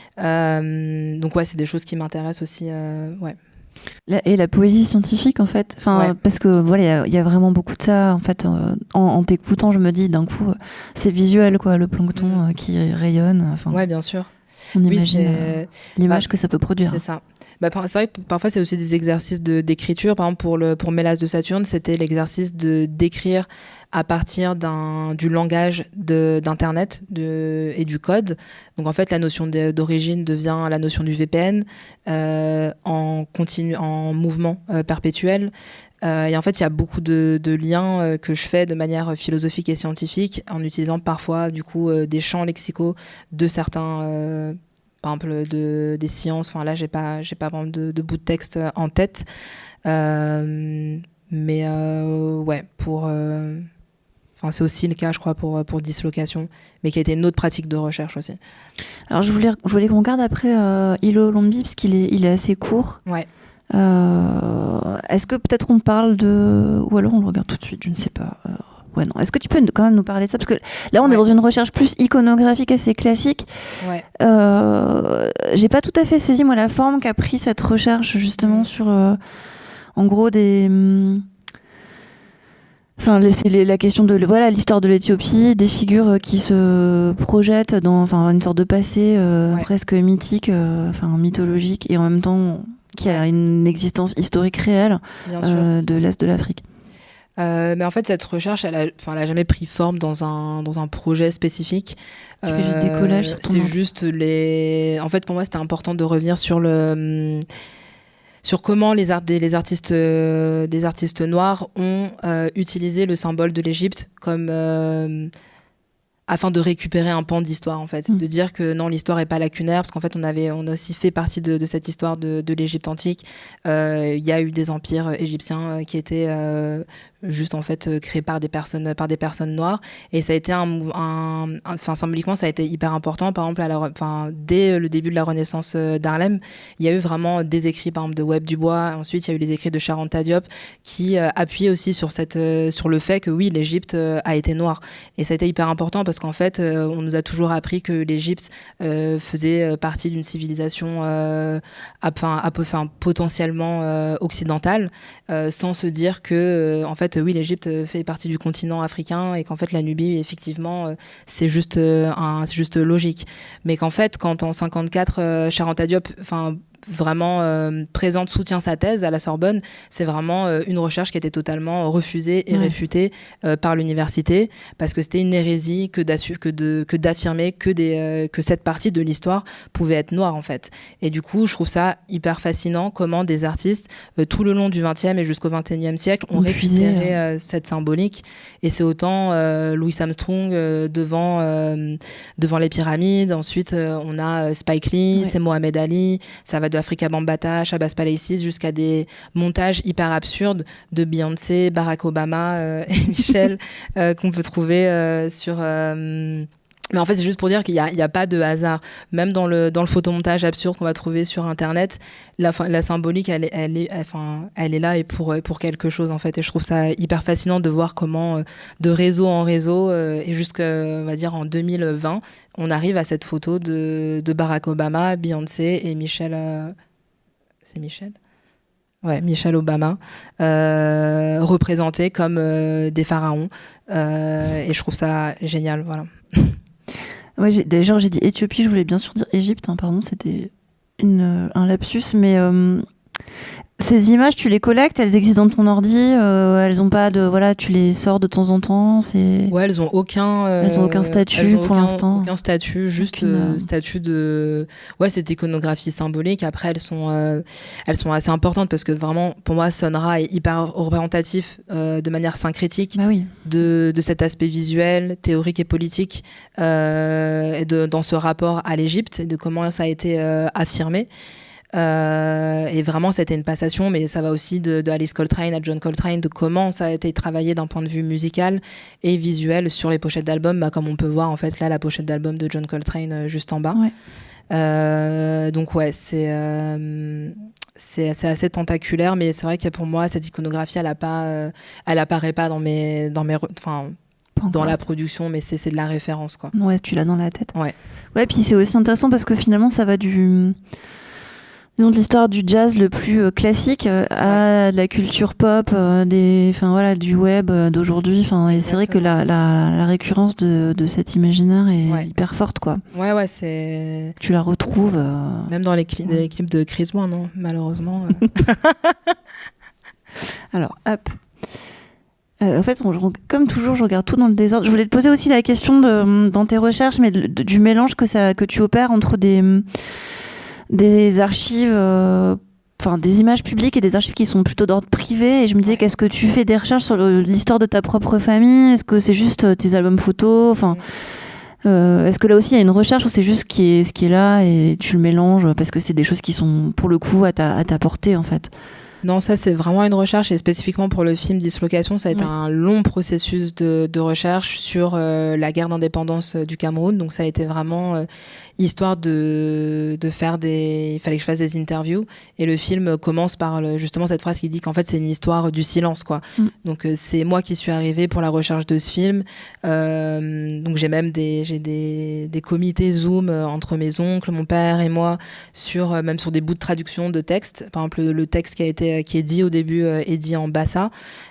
[SPEAKER 2] Euh, donc ouais, c'est des choses qui m'intéressent aussi, euh, ouais.
[SPEAKER 1] La, et la poésie scientifique, en fait, enfin, ouais. Parce que voilà, il y, y a vraiment beaucoup de ça, en fait. Euh, en, en t'écoutant, je me dis d'un coup, c'est visuel, quoi, le plancton mmh. euh, qui rayonne. Enfin,
[SPEAKER 2] ouais, bien sûr.
[SPEAKER 1] On imagine oui, euh, l'image bah, que ça peut produire.
[SPEAKER 2] C'est ça. Bah, c'est vrai que parfois, c'est aussi des exercices de, d'écriture. Par exemple, pour, le, pour Mélas de Saturne, c'était l'exercice de, d'écrire à partir d'un, du langage de, d'Internet de, et du code. Donc, en fait, la notion de, d'origine devient la notion du V P N euh, en, continu, en mouvement euh, perpétuel. Euh, et en fait, il y a beaucoup de, de liens euh, que je fais de manière philosophique et scientifique, en utilisant parfois du coup euh, des champs lexicaux de certains, euh, par exemple de, des sciences. Enfin là, j'ai pas, j'ai pas vraiment de, de bout de texte en tête, euh, mais euh, ouais, pour euh, Enfin, c'est aussi le cas, je crois, pour, pour dislocation, mais qui a été une autre pratique de recherche aussi.
[SPEAKER 1] Alors, je voulais, je voulais qu'on regarde après euh, Ilo Lombi, parce qu'il est, il est assez court.
[SPEAKER 2] Ouais.
[SPEAKER 1] Euh, est-ce que peut-être on parle de... Ou alors on le regarde tout de suite, je ne sais pas. Euh, ouais, non. Est-ce que tu peux quand même nous parler de ça? Parce que là, on ouais. est dans une recherche plus iconographique, assez classique.
[SPEAKER 2] Ouais.
[SPEAKER 1] Euh, j'ai pas tout à fait saisi, moi, la forme qu'a pris cette recherche, justement, mmh. sur, euh, en gros, des... Hum, Enfin, c'est la question de voilà l'histoire de l'Éthiopie, des figures qui se projettent dans enfin une sorte de passé euh, ouais. presque mythique, euh, enfin mythologique, et en même temps qui a une existence historique réelle euh, de l'Est de l'Afrique.
[SPEAKER 2] Euh, mais en fait, cette recherche, elle a, enfin, elle a jamais pris forme dans un dans un projet spécifique.
[SPEAKER 1] Tu euh, fais juste des collages sur ton
[SPEAKER 2] C'est
[SPEAKER 1] nom.
[SPEAKER 2] juste les. En fait, pour moi, c'était important de revenir sur le. sur comment les, art- des, les artistes, euh, des artistes noirs ont euh, utilisé le symbole de l'Égypte comme euh, afin de récupérer un pan d'histoire, en fait, mmh. de dire que non, l'histoire est pas lacunaire, parce qu'en fait, on avait, on a aussi fait partie de, de cette histoire de, de l'Égypte antique. Il euh, y a eu des empires égyptiens euh, qui étaient euh, juste en fait créés par des personnes, par des personnes noires, et ça a été un, un, enfin symboliquement, ça a été hyper important. Par exemple, à la, enfin dès le début de la Renaissance d'Harlem, il y a eu vraiment des écrits, par exemple de Webb Dubois. Ensuite, il y a eu les écrits de Charanta Diop qui euh, appuyaient aussi sur cette, euh, sur le fait que oui, l'Égypte euh, a été noire, et ça a été hyper important parce qu'en fait, euh, on nous a toujours appris que l'Égypte euh, faisait partie d'une civilisation, euh, enfin, enfin potentiellement euh, occidentale, euh, sans se dire que, euh, en fait, oui, l'Égypte fait partie du continent africain et qu'en fait, la Nubie, effectivement, euh, c'est juste, euh, un, c'est juste logique. Mais qu'en fait, quand en cinquante-quatre, euh, Charanta Diop, enfin, vraiment euh, présente, soutient sa thèse à la Sorbonne, c'est vraiment euh, une recherche qui a été totalement refusée et ouais. réfutée euh, par l'université, parce que c'était une hérésie que, que, de, que d'affirmer que, des, euh, que cette partie de l'histoire pouvait être noire, en fait. Et du coup, je trouve ça hyper fascinant comment des artistes, euh, tout le long du vingtième et jusqu'au vingt et unième siècle, ont récupéré euh, cette symbolique. Et c'est autant euh, Louis Armstrong euh, devant, euh, devant les pyramides, ensuite euh, on a Spike Lee, ouais. c'est Mohamed Ali, ça va de Afrika Bambaataa, Shabazz Palaces, jusqu'à des montages hyper absurdes de Beyoncé, Barack Obama euh, et Michel euh, qu'on peut trouver euh, sur... Euh... Mais en fait, c'est juste pour dire qu'il n'y a, a pas de hasard. Même dans le, dans le photomontage absurde qu'on va trouver sur Internet, la, la symbolique, elle est, elle, est, enfin, elle est là et pour, pour quelque chose, en fait. Et je trouve ça hyper fascinant de voir comment, euh, de réseau en réseau, euh, et jusqu'à, on va dire, en deux mille vingt, on arrive à cette photo de, de Barack Obama, Beyoncé et Michelle... Euh... C'est Michelle ? Ouais, Michelle Obama, euh, représentés comme euh, des pharaons. Euh, et je trouve ça génial, voilà.
[SPEAKER 1] Ouais, j'ai, d'ailleurs, j'ai dit Éthiopie, je voulais bien sûr dire Égypte, hein, pardon, c'était une, un lapsus, mais euh, ces images, tu les collectes, elles existent dans ton ordi, euh, elles ont pas de, voilà, tu les sors de temps en temps, c'est...
[SPEAKER 2] Ouais, elles ont aucun... Euh,
[SPEAKER 1] elles ont aucun statut
[SPEAKER 2] elles ont
[SPEAKER 1] pour
[SPEAKER 2] aucun,
[SPEAKER 1] l'instant.
[SPEAKER 2] Aucun statut, juste aucune, euh, statut de... Ouais, cette iconographie symbolique. Après, elles sont, euh, elles sont assez importantes parce que vraiment, pour moi, Sun Ra est hyper représentatif euh, de manière syncrétique
[SPEAKER 1] bah oui.
[SPEAKER 2] de, de cet aspect visuel, théorique et politique, euh, et de, dans ce rapport à l'Égypte et de comment ça a été euh, affirmé. Euh, et vraiment c'était une passation, mais ça va aussi de, de Alice Coltrane à John Coltrane, de comment ça a été travaillé d'un point de vue musical et visuel sur les pochettes d'albums, bah, comme on peut voir en fait là la pochette d'album de John Coltrane euh, juste en bas.
[SPEAKER 1] Ouais.
[SPEAKER 2] Euh, donc ouais, c'est, euh, c'est, c'est assez tentaculaire, mais c'est vrai que pour moi cette iconographie elle a pas, euh, elle apparaît pas dans mes, dans mes, enfin dans la production, mais c'est, c'est de la référence quoi.
[SPEAKER 1] Ouais, tu l'as dans la tête.
[SPEAKER 2] Ouais.
[SPEAKER 1] Ouais, puis c'est aussi intéressant parce que finalement ça va du disons de l'histoire du jazz le plus euh, classique euh, à ouais. la culture pop, euh, des, enfin voilà, du web euh, d'aujourd'hui. Enfin, et c'est vrai que la, la, la récurrence de, de cet imaginaire est ouais. hyper forte, quoi.
[SPEAKER 2] Ouais, ouais, c'est.
[SPEAKER 1] Tu la retrouves. Euh...
[SPEAKER 2] Même dans les, cli- ouais. les clips de Chris Brown, non, malheureusement. Euh...
[SPEAKER 1] Alors, hop. Euh, en fait, on, comme toujours, je regarde tout dans le désordre. Je voulais te poser aussi la question de, dans tes recherches, mais de, de, du mélange que ça, que tu opères entre des des archives, enfin euh, des images publiques et des archives qui sont plutôt d'ordre privé. Et je me disais, ouais. qu'est-ce que tu fais des recherches sur le, l'histoire de ta propre famille ? Est-ce que c'est juste tes albums photos ? Enfin, mmh. euh, est-ce que là aussi il y a une recherche ou c'est juste ce qui est, ce qui est là et tu le mélanges parce que c'est des choses qui sont pour le coup à ta, à ta portée en fait ?
[SPEAKER 2] Non, ça c'est vraiment une recherche et spécifiquement pour le film Dislocation, ça a été oui. un long processus de, de recherche sur euh, la guerre d'indépendance du Cameroun. Donc ça a été vraiment euh, histoire de, de faire des... Il fallait que je fasse des interviews et le film commence par le, justement cette phrase qui dit qu'en fait c'est une histoire du silence, quoi. Mm. Donc euh, c'est moi qui suis arrivée pour la recherche de ce film. Euh, donc j'ai même des, j'ai des, des comités Zoom entre mes oncles, mon père et moi, sur, même sur des bouts de traduction de textes. Par exemple, le, le texte qui a été qui est dit au début euh, est dit en bassa,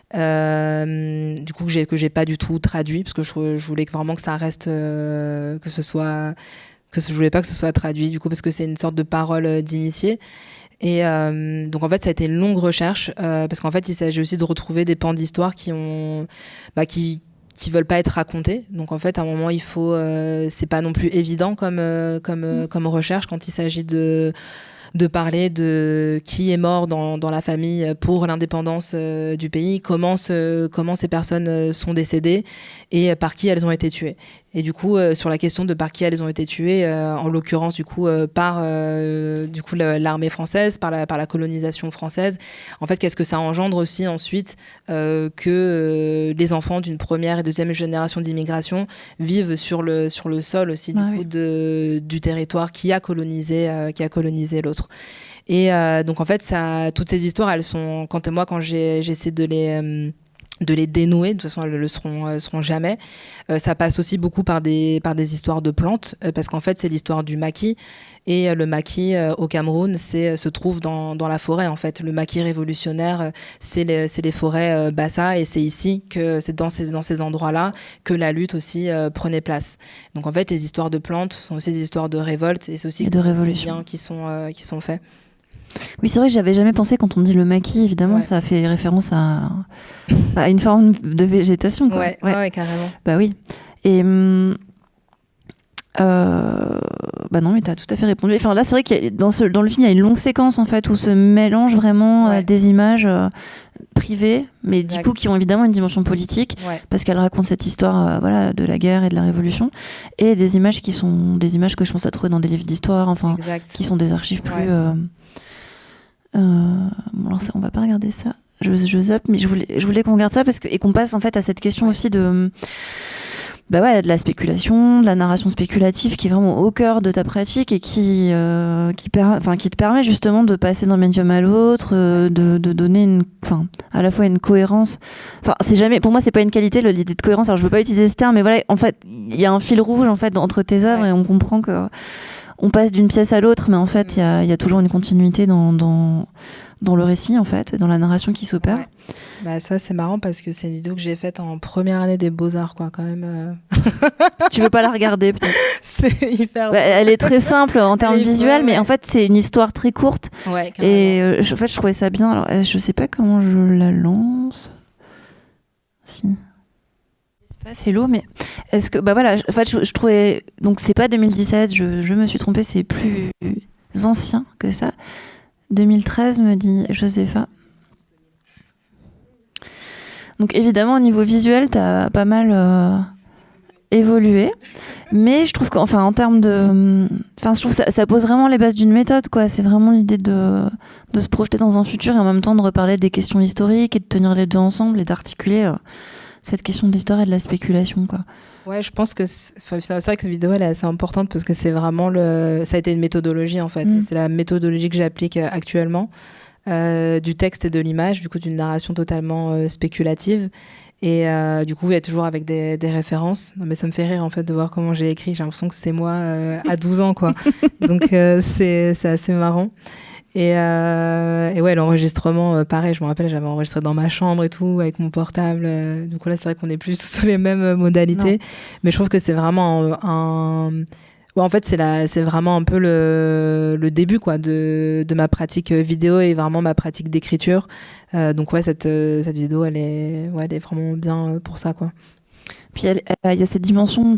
[SPEAKER 2] euh, du coup que j'ai que j'ai pas du tout traduit parce que je, je voulais que vraiment que ça reste euh, que ce soit que je voulais pas que ce soit traduit du coup parce que c'est une sorte de parole d'initié. Et euh, donc en fait ça a été une longue recherche euh, parce qu'en fait il s'agit aussi de retrouver des pans d'histoire qui ont bah, qui qui veulent pas être racontés. Donc en fait à un moment il faut euh, c'est pas non plus évident comme euh, comme euh, comme recherche quand il s'agit de de parler de qui est mort dans, dans la famille pour l'indépendance euh, du pays, comment, ce, comment ces personnes euh, sont décédées et par qui elles ont été tuées. Et du coup, euh, sur la question de par qui elles ont été tuées, euh, en l'occurrence du coup euh, par euh, du coup l'armée française, par la, par la colonisation française. En fait, qu'est-ce que ça engendre aussi ensuite euh, que euh, les enfants d'une première et deuxième génération d'immigration vivent sur le sur le sol aussi du ah, coup oui. de, du territoire qui a colonisé euh, qui a colonisé l'autre. Et euh, donc en fait, ça, toutes ces histoires, elles sont, quant à moi, quand j'ai, j'essaie de les euh, de les dénouer, de toute façon elles ne le seront, euh, seront jamais. Euh, ça passe aussi beaucoup par des, par des histoires de plantes, euh, parce qu'en fait c'est l'histoire du maquis, et euh, le maquis euh, au Cameroun c'est, se trouve dans, dans la forêt en fait. Le maquis révolutionnaire, euh, c'est, les, c'est les forêts euh, bassa, et c'est ici, que c'est dans ces, dans ces endroits-là que la lutte aussi euh, prenait place. Donc en fait les histoires de plantes sont aussi des histoires de révolte, et c'est aussi
[SPEAKER 1] et de révolution
[SPEAKER 2] liens qui sont, euh, qui sont faits.
[SPEAKER 1] Oui, c'est vrai que j'avais jamais pensé, quand on dit le maquis, évidemment, ouais. ça fait référence à, à une forme de végétation, quoi.
[SPEAKER 2] Ouais, ouais. ouais, carrément.
[SPEAKER 1] Bah oui. Et euh, bah non, mais t'as tout à fait répondu. Enfin là, c'est vrai que dans, ce, dans le film, il y a une longue séquence en fait où se mélangent vraiment ouais. euh, des images euh, privées, mais exact. Du coup qui ont évidemment une dimension politique, ouais. parce qu'elle raconte cette histoire, euh, voilà, de la guerre et de la révolution, et des images qui sont des images que je pense à trouver dans des livres d'histoire, enfin, exact. Qui sont des archives plus. Ouais. Euh, Euh, bon alors ça, on va pas regarder ça, je, je zappe, mais je voulais, je voulais qu'on regarde ça parce que, et qu'on passe en fait à cette question ouais. aussi de, bah ouais, de la spéculation, de la narration spéculative qui est vraiment au cœur de ta pratique et qui, euh, qui, per, enfin, qui te permet justement de passer d'un médium à l'autre, euh, de, de donner une, enfin, à la fois une cohérence. Enfin, c'est jamais, pour moi, c'est pas une qualité l'idée de cohérence. Alors je veux pas utiliser ce terme, mais voilà, en fait, il y a un fil rouge en fait entre tes œuvres ouais. et on comprend que on passe d'une pièce à l'autre, mais en fait, il y a, y a toujours une continuité dans, dans, dans le récit, en fait, dans la narration qui s'opère.
[SPEAKER 2] Ouais. Bah ça, c'est marrant parce que c'est une vidéo que j'ai faite en première année des Beaux-Arts, quoi, quand même. Euh...
[SPEAKER 1] Tu veux pas la regarder, peut-être?
[SPEAKER 2] C'est hyper...
[SPEAKER 1] Bah, elle est très simple en termes visuels,
[SPEAKER 2] ouais.
[SPEAKER 1] mais en fait, c'est une histoire très courte.
[SPEAKER 2] Ouais,
[SPEAKER 1] et euh, en fait, je trouvais ça bien. Alors, je sais pas comment je la lance. Si... C'est l'eau, mais est-ce que bah voilà, en fait, je, je trouvais donc c'est pas deux mille dix-sept, je, je me suis trompée, c'est plus ancien que ça. deux mille treize me dit Josépha. Donc évidemment au niveau visuel, t'as pas mal euh, évolué, mais je trouve qu'enfin en termes de, enfin je trouve que ça, ça pose vraiment les bases d'une méthode, quoi. C'est vraiment l'idée de de se projeter dans un futur et en même temps de reparler des questions historiques et de tenir les deux ensemble et d'articuler. Euh, cette question de l'histoire et de la spéculation, quoi.
[SPEAKER 2] Ouais, je pense que c'est, c'est vrai que cette vidéo elle est assez importante parce que c'est vraiment le, ça a été une méthodologie en fait. Mmh. C'est la méthodologie que j'applique actuellement, euh, du texte et de l'image, du coup d'une narration totalement euh, spéculative. Et euh, du coup, il y a toujours avec des, des références. Non, mais ça me fait rire en fait de voir comment j'ai écrit. J'ai l'impression que c'est moi euh, à douze ans, quoi. Donc euh, c'est, c'est assez marrant. Et, euh, et ouais, l'enregistrement, euh, pareil, je me rappelle, j'avais enregistré dans ma chambre et tout, avec mon portable. Euh, du coup, là, c'est vrai qu'on n'est plus tous sur les mêmes euh, modalités. Non. Mais je trouve que c'est vraiment un... un... Ouais, en fait, c'est, la, c'est vraiment un peu le, le début quoi, de, de ma pratique vidéo et vraiment ma pratique d'écriture. Euh, donc ouais, cette, cette vidéo, elle est, ouais, elle est vraiment bien pour ça, quoi.
[SPEAKER 1] Puis il y a cette dimension...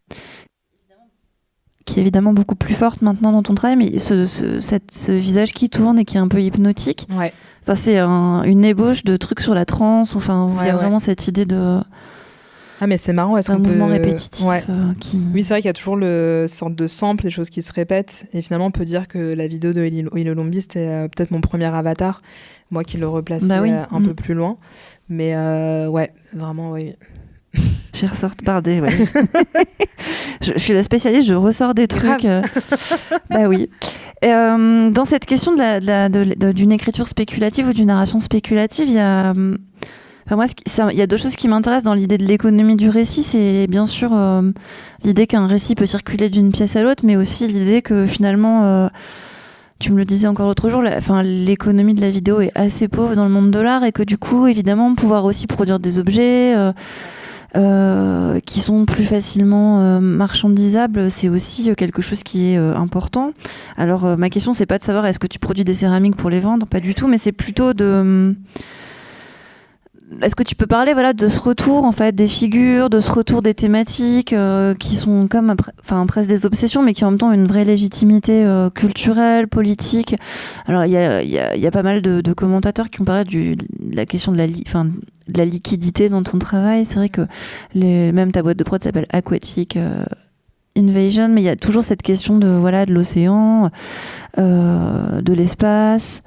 [SPEAKER 1] qui est évidemment beaucoup plus forte maintenant dans ton travail, mais ce, ce, cette, ce visage qui tourne et qui est un peu hypnotique.
[SPEAKER 2] Ouais.
[SPEAKER 1] Enfin, c'est un, une ébauche de trucs sur la transe. Enfin, il ouais, y a ouais. vraiment cette idée de...
[SPEAKER 2] Ah mais c'est marrant, est-ce
[SPEAKER 1] un
[SPEAKER 2] qu'on
[SPEAKER 1] mouvement
[SPEAKER 2] peut...
[SPEAKER 1] répétitif
[SPEAKER 2] ouais.
[SPEAKER 1] euh, qui...
[SPEAKER 2] Oui, c'est vrai qu'il y a toujours le sorte de sample, des choses qui se répètent. Et finalement, on peut dire que la vidéo de Willow Lombi, c'était euh, peut-être mon premier avatar. Moi qui le replaçais
[SPEAKER 1] bah oui.
[SPEAKER 2] euh, un
[SPEAKER 1] mmh.
[SPEAKER 2] peu plus loin. Mais euh, ouais, vraiment, oui.
[SPEAKER 1] J'y ressors par des... Ouais. je, je suis la spécialiste, je ressors des trucs. Euh... bah oui. Et, euh, dans cette question de la, de la, de, de, d'une écriture spéculative ou d'une narration spéculative, il y a... Enfin, moi, il y a deux choses qui m'intéressent dans l'idée de l'économie du récit. C'est bien sûr euh, l'idée qu'un récit peut circuler d'une pièce à l'autre, mais aussi l'idée que finalement, euh, tu me le disais encore l'autre jour, la, enfin, l'économie de la vidéo est assez pauvre dans le monde de l'art et que du coup, évidemment, pouvoir aussi produire des objets euh, euh, qui sont plus facilement euh, marchandisables, c'est aussi quelque chose qui est euh, important. Alors, euh, ma question, c'est pas de savoir est-ce que tu produis des céramiques pour les vendre, pas du tout, mais c'est plutôt de... Est-ce que tu peux parler voilà, de ce retour en fait, des figures, de ce retour des thématiques euh, qui sont comme enfin, presque des obsessions, mais qui ont en même temps une vraie légitimité euh, culturelle, politique. Alors il y a, y, a, y a pas mal de, de commentateurs qui ont parlé du, de la question de la, li, enfin, de la liquidité dans ton travail. C'est vrai que les, même ta boîte de prod s'appelle Aquatic euh, Invasion, mais il y a toujours cette question de, voilà, de l'océan, euh, de l'espace.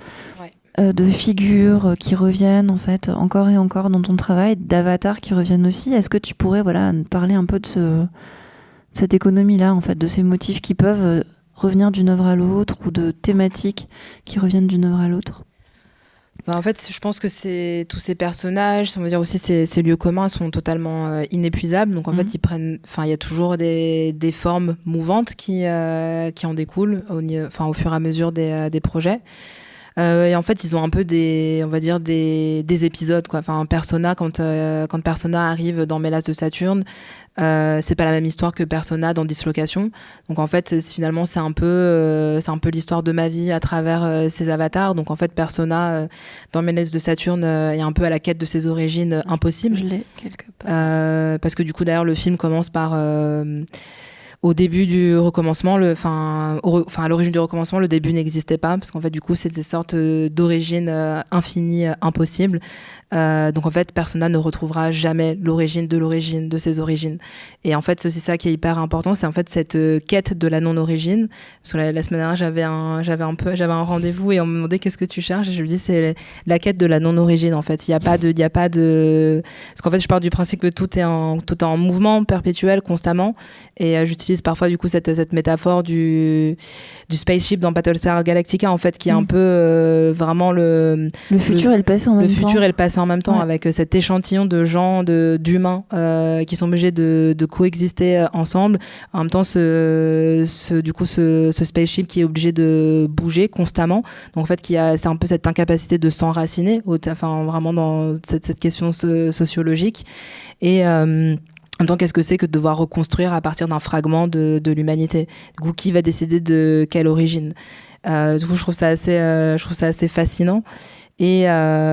[SPEAKER 1] De figures qui reviennent en fait encore et encore dans ton travail, d'avatars qui reviennent aussi. Est-ce que tu pourrais voilà, parler un peu de ce, cette économie-là, en fait, de ces motifs qui peuvent revenir d'une œuvre à l'autre ou de thématiques qui reviennent d'une œuvre à l'autre?
[SPEAKER 2] Bah en fait, je pense que c'est tous ces personnages, on va dire aussi ces, ces lieux communs sont totalement euh, inépuisables. Donc en mmh. fait, ils prennent, enfin, il y a toujours des, des formes mouvantes qui euh, qui en découlent, au, enfin, au fur et à mesure des, euh, des projets. Euh, et en fait, ils ont un peu des, on va dire des, des épisodes quoi. Enfin, Persona, quand euh, quand Persona arrive dans Mélas de Saturne, euh, c'est pas la même histoire que Persona dans Dislocation. Donc en fait, finalement, c'est un peu, euh, c'est un peu l'histoire de ma vie à travers euh, ces avatars. Donc en fait, Persona euh, dans Mélas de Saturne euh, est un peu à la quête de ses origines euh, impossibles.
[SPEAKER 1] Je l'ai quelque part.
[SPEAKER 2] Euh, parce que du coup, d'ailleurs, le film commence par euh, au début du recommencement, le, enfin, à l'origine du recommencement, le début n'existait pas, parce qu'en fait, du coup, c'est des sortes d'origines euh, infinies, euh, impossibles. Euh, donc en fait, Persona ne retrouvera jamais l'origine de l'origine de ses origines. Et en fait, c'est aussi ça qui est hyper important, c'est en fait cette euh, quête de la non-origine. Parce que la, la semaine dernière, j'avais un, j'avais un peu, j'avais un rendez-vous et on me demandait qu'est-ce que tu cherches. Et je lui dis c'est la quête de la non-origine. En fait, il y a pas de, il y a pas de, parce qu'en fait, je pars du principe que tout est en, tout est en mouvement perpétuel, constamment. Et euh, j'utilise parfois du coup cette, cette métaphore du, du spaceship dans Battlestar Galactica, en fait, qui est mmh. un peu euh, vraiment le,
[SPEAKER 1] le futur
[SPEAKER 2] le,
[SPEAKER 1] et le passé en même
[SPEAKER 2] le
[SPEAKER 1] temps.
[SPEAKER 2] Le futur et le passé en même temps, ouais. Avec cet échantillon de gens, de, d'humains euh, qui sont obligés de, de coexister euh, ensemble. En même temps, ce, ce, du coup, ce, ce spaceship qui est obligé de bouger constamment. Donc en fait, qui a, c'est un peu cette incapacité de s'enraciner, enfin vraiment dans cette, cette question so- sociologique. Et euh, en même temps, qu'est-ce que c'est que de devoir reconstruire à partir d'un fragment de, de l'humanité? Du coup, qui va décider de quelle origine? euh, Du coup, je trouve ça assez, euh, je trouve ça assez fascinant. Et,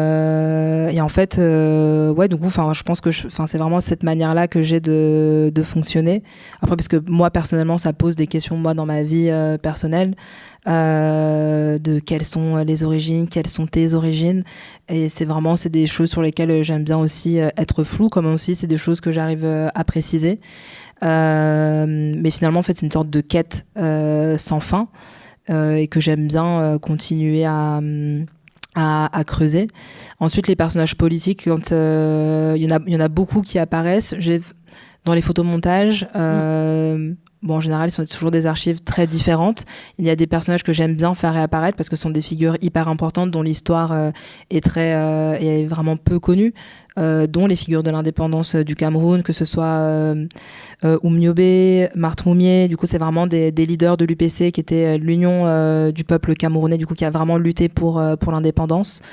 [SPEAKER 2] euh, et en fait, euh, ouais, du coup, enfin, je pense que, enfin, c'est vraiment cette manière-là que j'ai de, de fonctionner. Après, parce que moi, personnellement, ça pose des questions, moi, dans ma vie euh, personnelle, euh, de quelles sont les origines, quelles sont tes origines. Et c'est vraiment, c'est des choses sur lesquelles j'aime bien aussi être floue, comme aussi, c'est des choses que j'arrive à préciser. Euh, mais finalement, en fait, c'est une sorte de quête euh, sans fin euh, et que j'aime bien euh, continuer à À, à creuser. Ensuite, les personnages politiques, quand il euh, y en a, il y en a beaucoup qui apparaissent. J'ai, dans les photomontages, euh, mmh. bon, en général, ils sont toujours des archives très différentes. Il y a des personnages que j'aime bien faire réapparaître parce que ce sont des figures hyper importantes dont l'histoire euh, est très, euh, est vraiment peu connue. Euh, dont les figures de l'indépendance du Cameroun, que ce soit euh, euh, Oumniobé, Marthe Moumier. Du coup, c'est vraiment des, des leaders de l'U P C qui étaient l'union euh, du peuple camerounais, du coup, qui a vraiment lutté pour, euh, pour l'indépendance.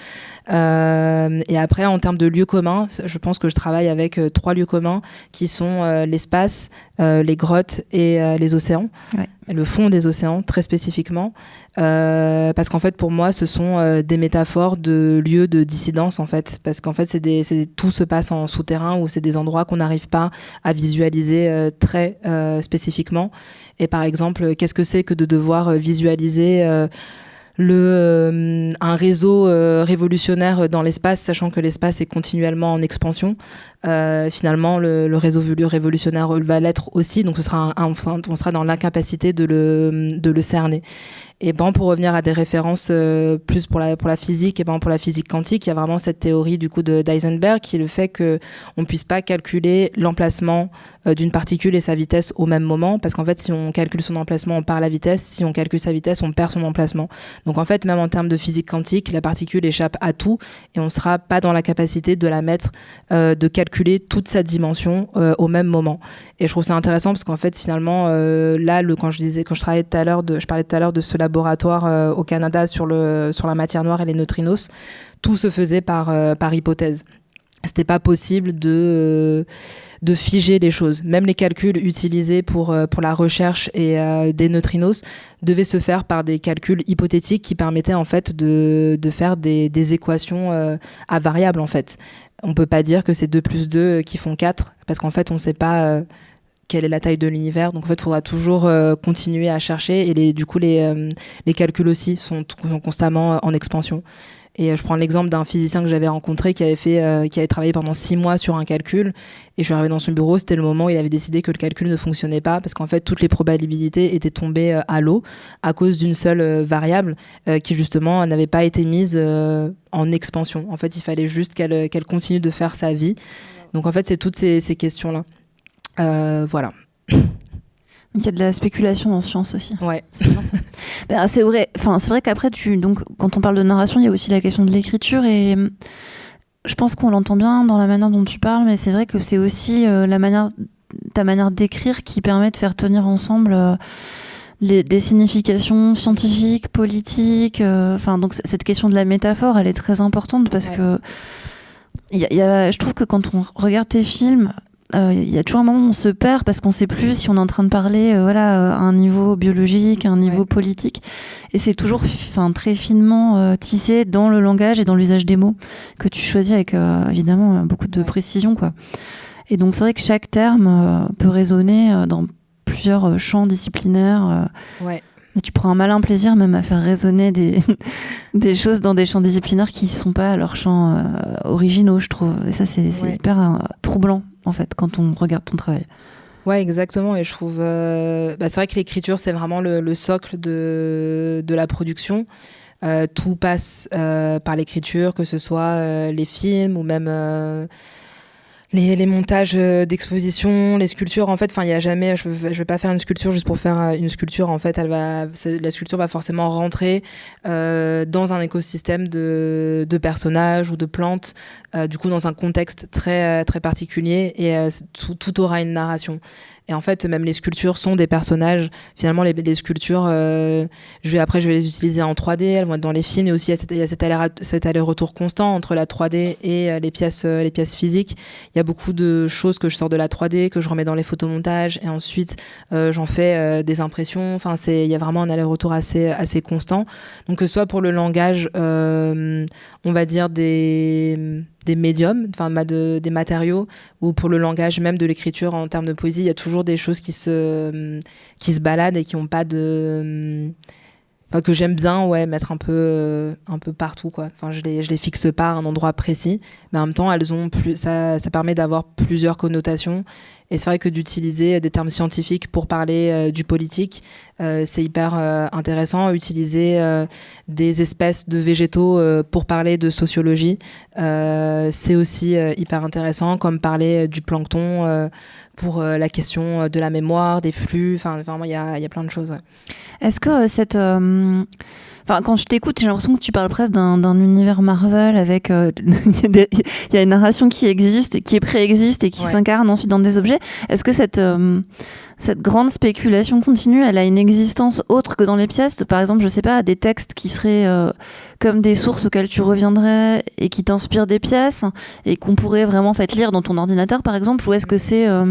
[SPEAKER 2] Euh, et après, en termes de lieux communs, je pense que je travaille avec euh, trois lieux communs qui sont euh, l'espace, euh, les grottes et euh, les océans. Ouais. Le fond des océans, très spécifiquement. Euh, parce qu'en fait, pour moi, ce sont euh, des métaphores de lieux de dissidence, en fait. Parce qu'en fait, c'est des, c'est, tout se passe en souterrain ou c'est des endroits qu'on n'arrive pas à visualiser euh, très euh, spécifiquement. Et par exemple, qu'est-ce que c'est que de devoir visualiser euh, le, euh, un réseau euh, révolutionnaire dans l'espace, sachant que l'espace est continuellement en expansion. euh, finalement le, le réseau voulu révolutionnaire va l'être aussi, donc ce sera un, un, on sera dans l'incapacité de le, de le cerner. Et ben pour revenir à des références euh, plus pour la pour la physique, et ben pour la physique quantique, il y a vraiment cette théorie du coup de d'Heisenberg qui est le fait que on puisse pas calculer l'emplacement euh, d'une particule et sa vitesse au même moment, parce qu'en fait si on calcule son emplacement on perd la vitesse, si on calcule sa vitesse on perd son emplacement. Donc en fait même en termes de physique quantique, la particule échappe à tout et on sera pas dans la capacité de la mettre, euh, de calculer toute sa dimension euh, au même moment. Et je trouve ça intéressant parce qu'en fait finalement euh, là le quand je disais quand je travaillais tout à l'heure de je parlais tout à l'heure de ce laboratoire euh, au Canada sur, le, sur la matière noire et les neutrinos, tout se faisait par, euh, par hypothèse. C'était pas possible de, euh, de figer les choses. Même les calculs utilisés pour, euh, pour la recherche et, euh, des neutrinos devaient se faire par des calculs hypothétiques qui permettaient en fait de, de faire des, des équations euh, à variables en fait. On peut pas dire que c'est deux plus deux qui font quatre parce qu'en fait on sait pas euh, quelle est la taille de l'univers. Donc en fait, il faudra toujours euh, continuer à chercher. Et les, du coup, les, euh, les calculs aussi sont, sont constamment en expansion. Et euh, je prends l'exemple d'un physicien que j'avais rencontré qui avait, fait, euh, qui avait travaillé pendant six mois sur un calcul. Et je suis arrivée dans son bureau, c'était le moment où il avait décidé que le calcul ne fonctionnait pas parce qu'en fait, toutes les probabilités étaient tombées euh, à l'eau à cause d'une seule euh, variable euh, qui justement n'avait pas été mise euh, en expansion. En fait, il fallait juste qu'elle, qu'elle continue de faire sa vie. Donc en fait, c'est toutes ces, ces questions-là. Euh, voilà.
[SPEAKER 1] Il y a de la spéculation en science aussi.
[SPEAKER 2] Ouais.
[SPEAKER 1] C'est, ben, c'est vrai. Enfin, c'est vrai qu'après, tu, donc, quand on parle de narration, il y a aussi la question de l'écriture et je pense qu'on l'entend bien dans la manière dont tu parles, mais c'est vrai que c'est aussi euh, la manière, ta manière d'écrire qui permet de faire tenir ensemble euh, les, des significations scientifiques, politiques. Enfin, euh, donc cette question de la métaphore, elle est très importante parce ouais. que y a, y a, je trouve que quand on regarde tes films, il euh, y a toujours un moment où on se perd parce qu'on sait plus si on est en train de parler euh, voilà, à un niveau biologique, à un niveau ouais. politique. Et c'est toujours fin, très finement euh, tissé dans le langage et dans l'usage des mots que tu choisis avec euh, évidemment beaucoup de ouais. précision, quoi. Et donc c'est vrai que chaque terme euh, peut résonner euh, dans plusieurs champs disciplinaires. Euh,
[SPEAKER 2] ouais.
[SPEAKER 1] Et tu prends un malin plaisir même à faire résonner des, des choses dans des champs disciplinaires qui ne sont pas leurs champs euh, originaux, je trouve. Et ça, c'est, c'est ouais. hyper euh, troublant, en fait, quand on regarde ton travail.
[SPEAKER 2] Ouais, exactement. Et je trouve... Euh, bah, c'est vrai que l'écriture, c'est vraiment le, le socle de, de la production. Euh, tout passe euh, par l'écriture, que ce soit euh, les films ou même... Euh, Les, les montages d'exposition, les sculptures, en fait, enfin, il y a jamais, je veux, je vais pas faire une sculpture juste pour faire une sculpture. En fait, elle va, la sculpture va forcément rentrer euh, dans un écosystème de, de personnages ou de plantes, euh, du coup, dans un contexte très, très particulier et euh, tout, tout aura une narration. Et en fait, même les sculptures sont des personnages. Finalement, les, les sculptures, euh, je vais, après, je vais les utiliser en trois D. Elles vont être dans les films. Et aussi, il y a cet, il y a cet, aller, cet aller-retour constant entre la trois D et euh, les pièces, euh, les pièces physiques. Il y a beaucoup de choses que je sors de la trois D, que je remets dans les photomontages. Et ensuite, euh, j'en fais euh, des impressions. Enfin, c'est, il y a vraiment un aller-retour assez, assez constant. Donc, que ce soit pour le langage, euh, on va dire des... des médiums, enfin de, des matériaux, ou pour le langage même de l'écriture en termes de poésie, il y a toujours des choses qui se, qui se baladent et qui n'ont pas de... Enfin, que j'aime bien ouais, mettre un peu, un peu partout, quoi. Enfin, je les, je les fixe pas à un endroit précis, mais en même temps, elles ont plus, ça, ça permet d'avoir plusieurs connotations. Et c'est vrai que d'utiliser des termes scientifiques pour parler euh, du politique, euh, c'est hyper euh, intéressant. Utiliser euh, des espèces de végétaux euh, pour parler de sociologie, euh, c'est aussi euh, hyper intéressant, comme parler du plancton euh, pour euh, la question de la mémoire, des flux. Enfin, vraiment, il y a, y a plein de choses. Ouais.
[SPEAKER 1] Est-ce que euh, cette... Euh... Enfin, quand je t'écoute, j'ai l'impression que tu parles presque d'un, d'un univers Marvel avec il euh, y, y a une narration qui existe, et qui préexiste et qui ouais. s'incarne ensuite dans des objets. Est-ce que cette euh, cette grande spéculation continue, elle a une existence autre que dans les pièces? Par exemple, je sais pas, des textes qui seraient euh, comme des sources auxquelles tu reviendrais et qui t'inspirent des pièces et qu'on pourrait vraiment en fait lire dans ton ordinateur, par exemple, ou est-ce que c'est euh,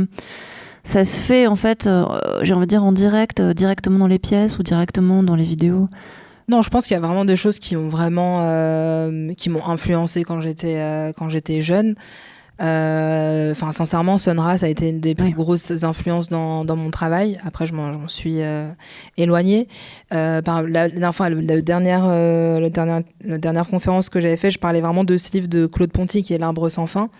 [SPEAKER 1] ça se fait en fait, euh, j'ai envie de dire en direct, euh, directement dans les pièces ou directement dans les vidéos?
[SPEAKER 2] Non, je pense qu'il y a vraiment des choses qui ont vraiment, euh, qui m'ont influencée quand j'étais, euh, quand j'étais jeune. Enfin, euh, sincèrement, Sun-Ra, ça a été une des plus oui. grosses influences dans, dans mon travail. Après, je m'en, je m'en suis euh, éloignée. Euh, par la, la, enfin, la, dernière, euh, la, dernière, la dernière conférence que j'avais faite, je parlais vraiment de ce livre de Claude Ponty qui est L'Arbre sans fin.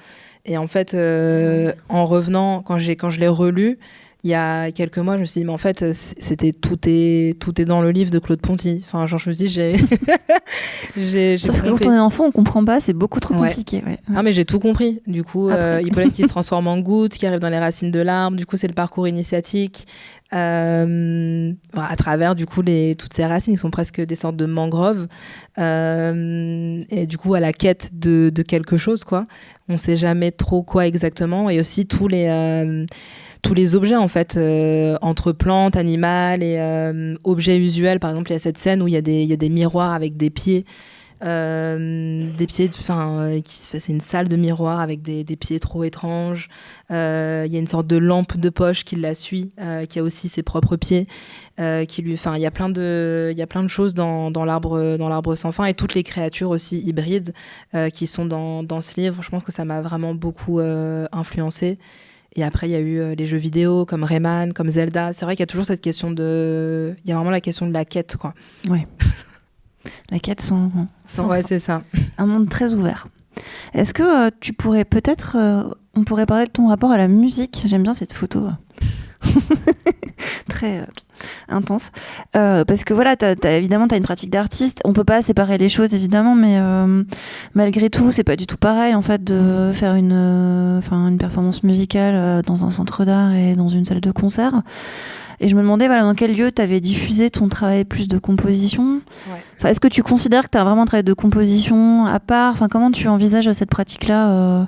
[SPEAKER 2] Et en fait, euh, en revenant, quand, j'ai, quand je l'ai relu, il y a quelques mois, je me suis dit, mais en fait, c'était, tout, est, tout est dans le livre de Claude Ponty. Enfin, genre, je me suis dit, j'ai. j'ai, j'ai
[SPEAKER 1] Sauf que quand on est enfant, on comprend pas, c'est beaucoup trop ouais. compliqué. Ouais.
[SPEAKER 2] Ah, mais j'ai tout compris. Du coup, euh, Hippolyte qui se transforme en goutte, qui arrive dans les racines de l'arbre. Du coup, c'est le parcours initiatique. Euh, à travers du coup les, toutes ces racines qui sont presque des sortes de mangroves euh, et du coup à la quête de, de quelque chose quoi. On sait jamais trop quoi exactement et aussi tous les euh, tous les objets en fait euh, entre plantes, animales et euh, objets usuels. Par exemple il y a cette scène où il y a des, il y a des miroirs avec des pieds Euh, des pieds, enfin, euh, c'est une salle de miroir avec des, des pieds trop étranges. Il euh, y a une sorte de lampe de poche qui la suit, euh, qui a aussi ses propres pieds. Euh, qui lui, enfin, il y a plein de, il y a plein de choses dans, dans l'arbre, dans l'arbre sans fin et toutes les créatures aussi hybrides euh, qui sont dans, dans ce livre. Je pense que ça m'a vraiment beaucoup euh, influencée. Et après, il y a eu euh, les jeux vidéo comme Rayman, comme Zelda. C'est vrai qu'il y a toujours cette question de, il y a vraiment la question de la quête, quoi.
[SPEAKER 1] Ouais. La quête sans,
[SPEAKER 2] sans, sans ouais, c'est ça.
[SPEAKER 1] Un monde très ouvert. Est-ce que euh, tu pourrais peut-être, euh, on pourrait parler de ton rapport à la musique. J'aime bien cette photo, très euh, intense, euh, parce que voilà, t'as, t'as, évidemment, t'as une pratique d'artiste. On peut pas séparer les choses, évidemment, mais euh, malgré tout, c'est pas du tout pareil en fait de faire une, enfin, euh, une performance musicale euh, dans un centre d'art et dans une salle de concert. Et je me demandais voilà, dans quel lieu tu avais diffusé ton travail plus de composition. Ouais. Enfin, est-ce que tu considères que tu as vraiment un travail de composition à part enfin, comment tu envisages cette pratique-là euh...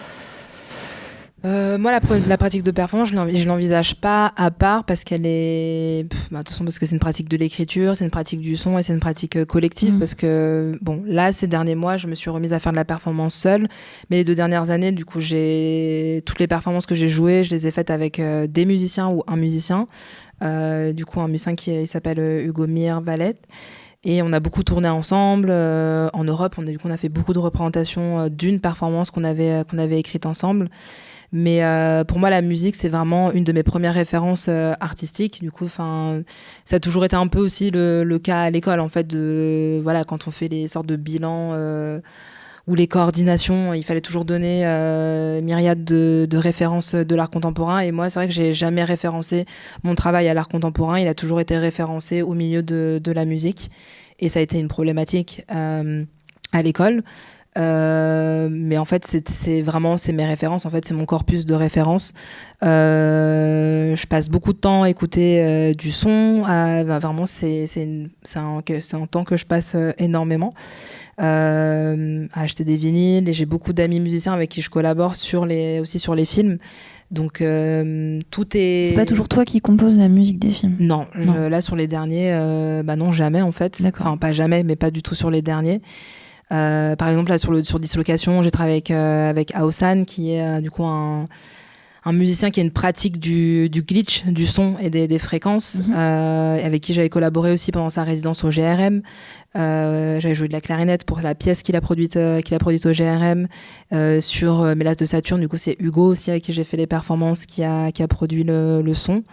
[SPEAKER 2] Euh, moi, la, la pratique de performance, je ne l'envisage pas à part parce qu'elle est... Pff, bah, de toute façon, parce que c'est une pratique de l'écriture, c'est une pratique du son et c'est une pratique euh, collective. Mmh. Parce que, bon, là, ces derniers mois, je me suis remise à faire de la performance seule. Mais les deux dernières années, du coup, j'ai... toutes les performances que j'ai jouées, je les ai faites avec euh, des musiciens ou un musicien. Euh, du coup, un musicien qui il s'appelle Hugo Mir Valette. Et on a beaucoup tourné ensemble euh, en Europe. On a, du coup, on a fait beaucoup de représentations euh, d'une performance qu'on avait, euh, qu'on avait écrite ensemble. Mais euh, pour moi, la musique, c'est vraiment une de mes premières références euh, artistiques. Du coup, enfin, ça a toujours été un peu aussi le, le cas à l'école, en fait, de voilà, quand on fait les sortes de bilans euh, ou les coordinations, il fallait toujours donner euh, myriade de, de références de l'art contemporain. Et moi, c'est vrai que j'ai jamais référencé mon travail à l'art contemporain. Il a toujours été référencé au milieu de, de la musique, et ça a été une problématique euh, à l'école. Euh, mais en fait c'est, c'est vraiment c'est mes références en fait c'est mon corpus de références. Euh, je passe beaucoup de temps à écouter euh, du son à, bah, vraiment c'est c'est, une, c'est, un, c'est un temps que je passe euh, énormément euh, à acheter des vinyles, et j'ai beaucoup d'amis musiciens avec qui je collabore sur les aussi sur les films. Donc euh, tout est.
[SPEAKER 1] C'est pas toujours toi qui composes la musique des films?
[SPEAKER 2] Non, non. Je, là sur les derniers, euh, bah non jamais en fait. D'accord. Enfin pas jamais, mais pas du tout sur les derniers. Euh, par exemple là sur le sur Dislocation, j'ai travaillé avec euh, avec Aosan qui est euh, du coup un un musicien qui a une pratique du du glitch du son et des des fréquences, mm-hmm. euh, avec qui j'avais collaboré aussi pendant sa résidence au G R M. Euh, j'avais joué de la clarinette pour la pièce qu'il a produite euh, qu'il a produite au G R M. Euh, sur euh, Mélas de Saturne, du coup c'est Hugo aussi avec qui j'ai fait les performances qui a qui a produit le le son.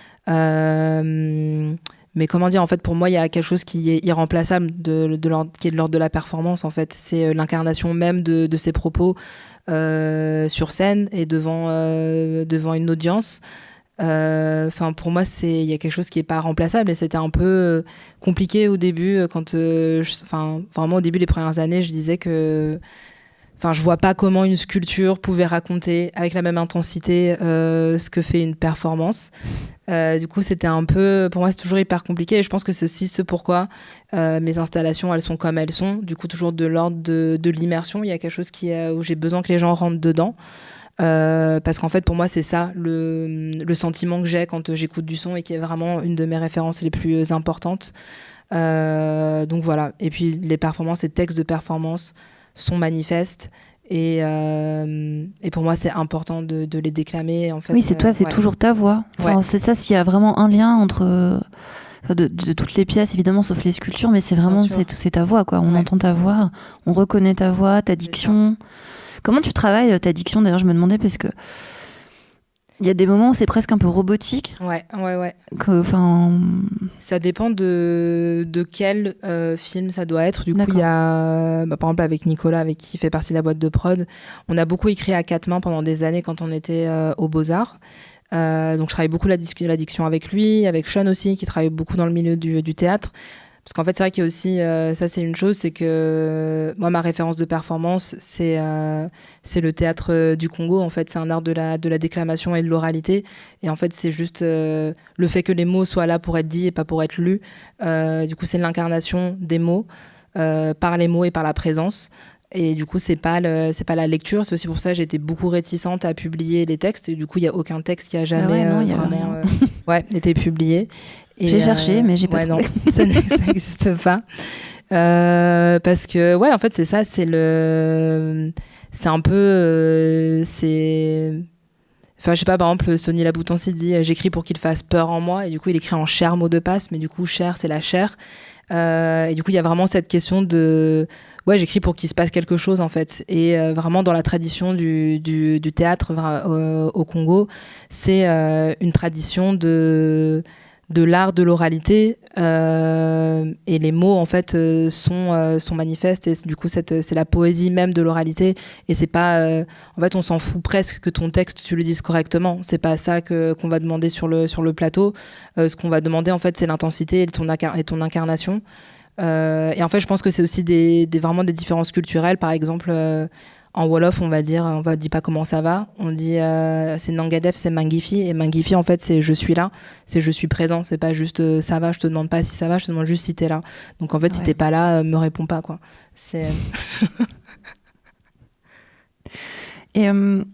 [SPEAKER 2] Euh, Mais comment dire, en fait, pour moi, il y a quelque chose qui est irremplaçable, de, de l'ordre, qui est de l'ordre de la performance, en fait. C'est l'incarnation même de, de ses propos euh, sur scène et devant, euh, devant une audience. Enfin, euh, pour moi, c'est, il y a quelque chose qui n'est pas remplaçable, et c'était un peu compliqué au début, quand, euh, enfin, vraiment au début, les premières années, je disais que Enfin, je vois pas comment une sculpture pouvait raconter avec la même intensité euh, ce que fait une performance. Euh, du coup, c'était un peu, pour moi, c'est toujours hyper compliqué. Et je pense que c'est aussi ce pourquoi euh, mes installations, elles sont comme elles sont. Du coup, toujours de l'ordre de, de l'immersion. Il y a quelque chose qui est, où j'ai besoin que les gens rentrent dedans. Euh, parce qu'en fait, pour moi, c'est ça le, le sentiment que j'ai quand j'écoute du son, et qui est vraiment une de mes références les plus importantes. Euh, donc voilà. Et puis, les performances et textes de performance sont manifestes, et, euh, et pour moi c'est important de, de les déclamer en fait.
[SPEAKER 1] Oui, c'est toi, euh, c'est ouais. toujours ta voix. Enfin, ouais. C'est ça, s'il y a vraiment un lien entre de, de, de toutes les pièces évidemment, sauf les sculptures, mais c'est vraiment c'est, c'est ta voix quoi. On ouais. entend ta voix, on reconnaît ta voix, ta diction. Comment tu travailles ta diction d'ailleurs? Je me demandais parce que Il y a des moments où c'est presque un peu robotique.
[SPEAKER 2] Ouais, ouais, ouais.
[SPEAKER 1] Que,
[SPEAKER 2] ça dépend de, de quel euh, film ça doit être. Du coup, il y a, bah, par exemple, avec Nicolas, avec qui fait partie de la boîte de prod, on a beaucoup écrit à quatre mains pendant des années quand on était euh, aux Beaux-Arts. Euh, donc, je travaille beaucoup la, la diction avec lui, avec Sean aussi, qui travaille beaucoup dans le milieu du, du théâtre. Parce qu'en fait, c'est vrai qu'il y a aussi, euh, ça c'est une chose, c'est que moi, ma référence de performance, c'est euh, c'est le théâtre du Congo. En fait, c'est un art de la, de la déclamation et de l'oralité. Et en fait, c'est juste euh, le fait que les mots soient là pour être dits et pas pour être lus. Euh, du coup, c'est l'incarnation des mots euh, par les mots et par la présence. Et du coup, c'est pas le, c'est pas la lecture. C'est aussi pour ça que j'ai été beaucoup réticente à publier les textes. Et du coup, il y a aucun texte qui a jamais ah ouais, non, euh, vraiment euh, ouais, été publié. Et
[SPEAKER 1] j'ai euh, cherché, mais j'ai pas
[SPEAKER 2] ouais,
[SPEAKER 1] trouvé.
[SPEAKER 2] Non, ça n'existe pas. Euh, parce que, ouais, en fait, c'est ça, c'est le... C'est un peu... Euh, c'est... Enfin, je sais pas, par exemple, Sonny Laboutancy dit « J'écris pour qu'il fasse peur en moi ». Et du coup, il écrit en chair, mot de passe, mais du coup, chair, c'est la chair. Euh, et du coup, il y a vraiment cette question de... Ouais, j'écris pour qu'il se passe quelque chose, en fait. Et euh, vraiment, dans la tradition du, du, du théâtre euh, au Congo, c'est euh, une tradition de... de l'art de l'oralité euh, et les mots en fait euh, sont euh, sont manifestes et du coup cette c'est la poésie même de l'oralité et c'est pas euh, en fait on s'en fout presque que ton texte tu le dises correctement, c'est pas ça que qu'on va demander sur le sur le plateau. Euh, ce qu'on va demander en fait c'est l'intensité et ton incar- et ton incarnation euh, et en fait je pense que c'est aussi des, des vraiment des différences culturelles. Par exemple euh, en Wolof, on va dire, on va dit pas comment ça va. On dit euh, c'est Nangadef, c'est Mangifi. Et Mangifi, en fait, c'est je suis là, c'est je suis présent. C'est pas juste euh, ça va, je te demande pas si ça va, je te demande juste si t'es là. Donc en fait, ouais. Si t'es pas là, euh, me réponds pas, quoi. C'est.
[SPEAKER 1] Et euh,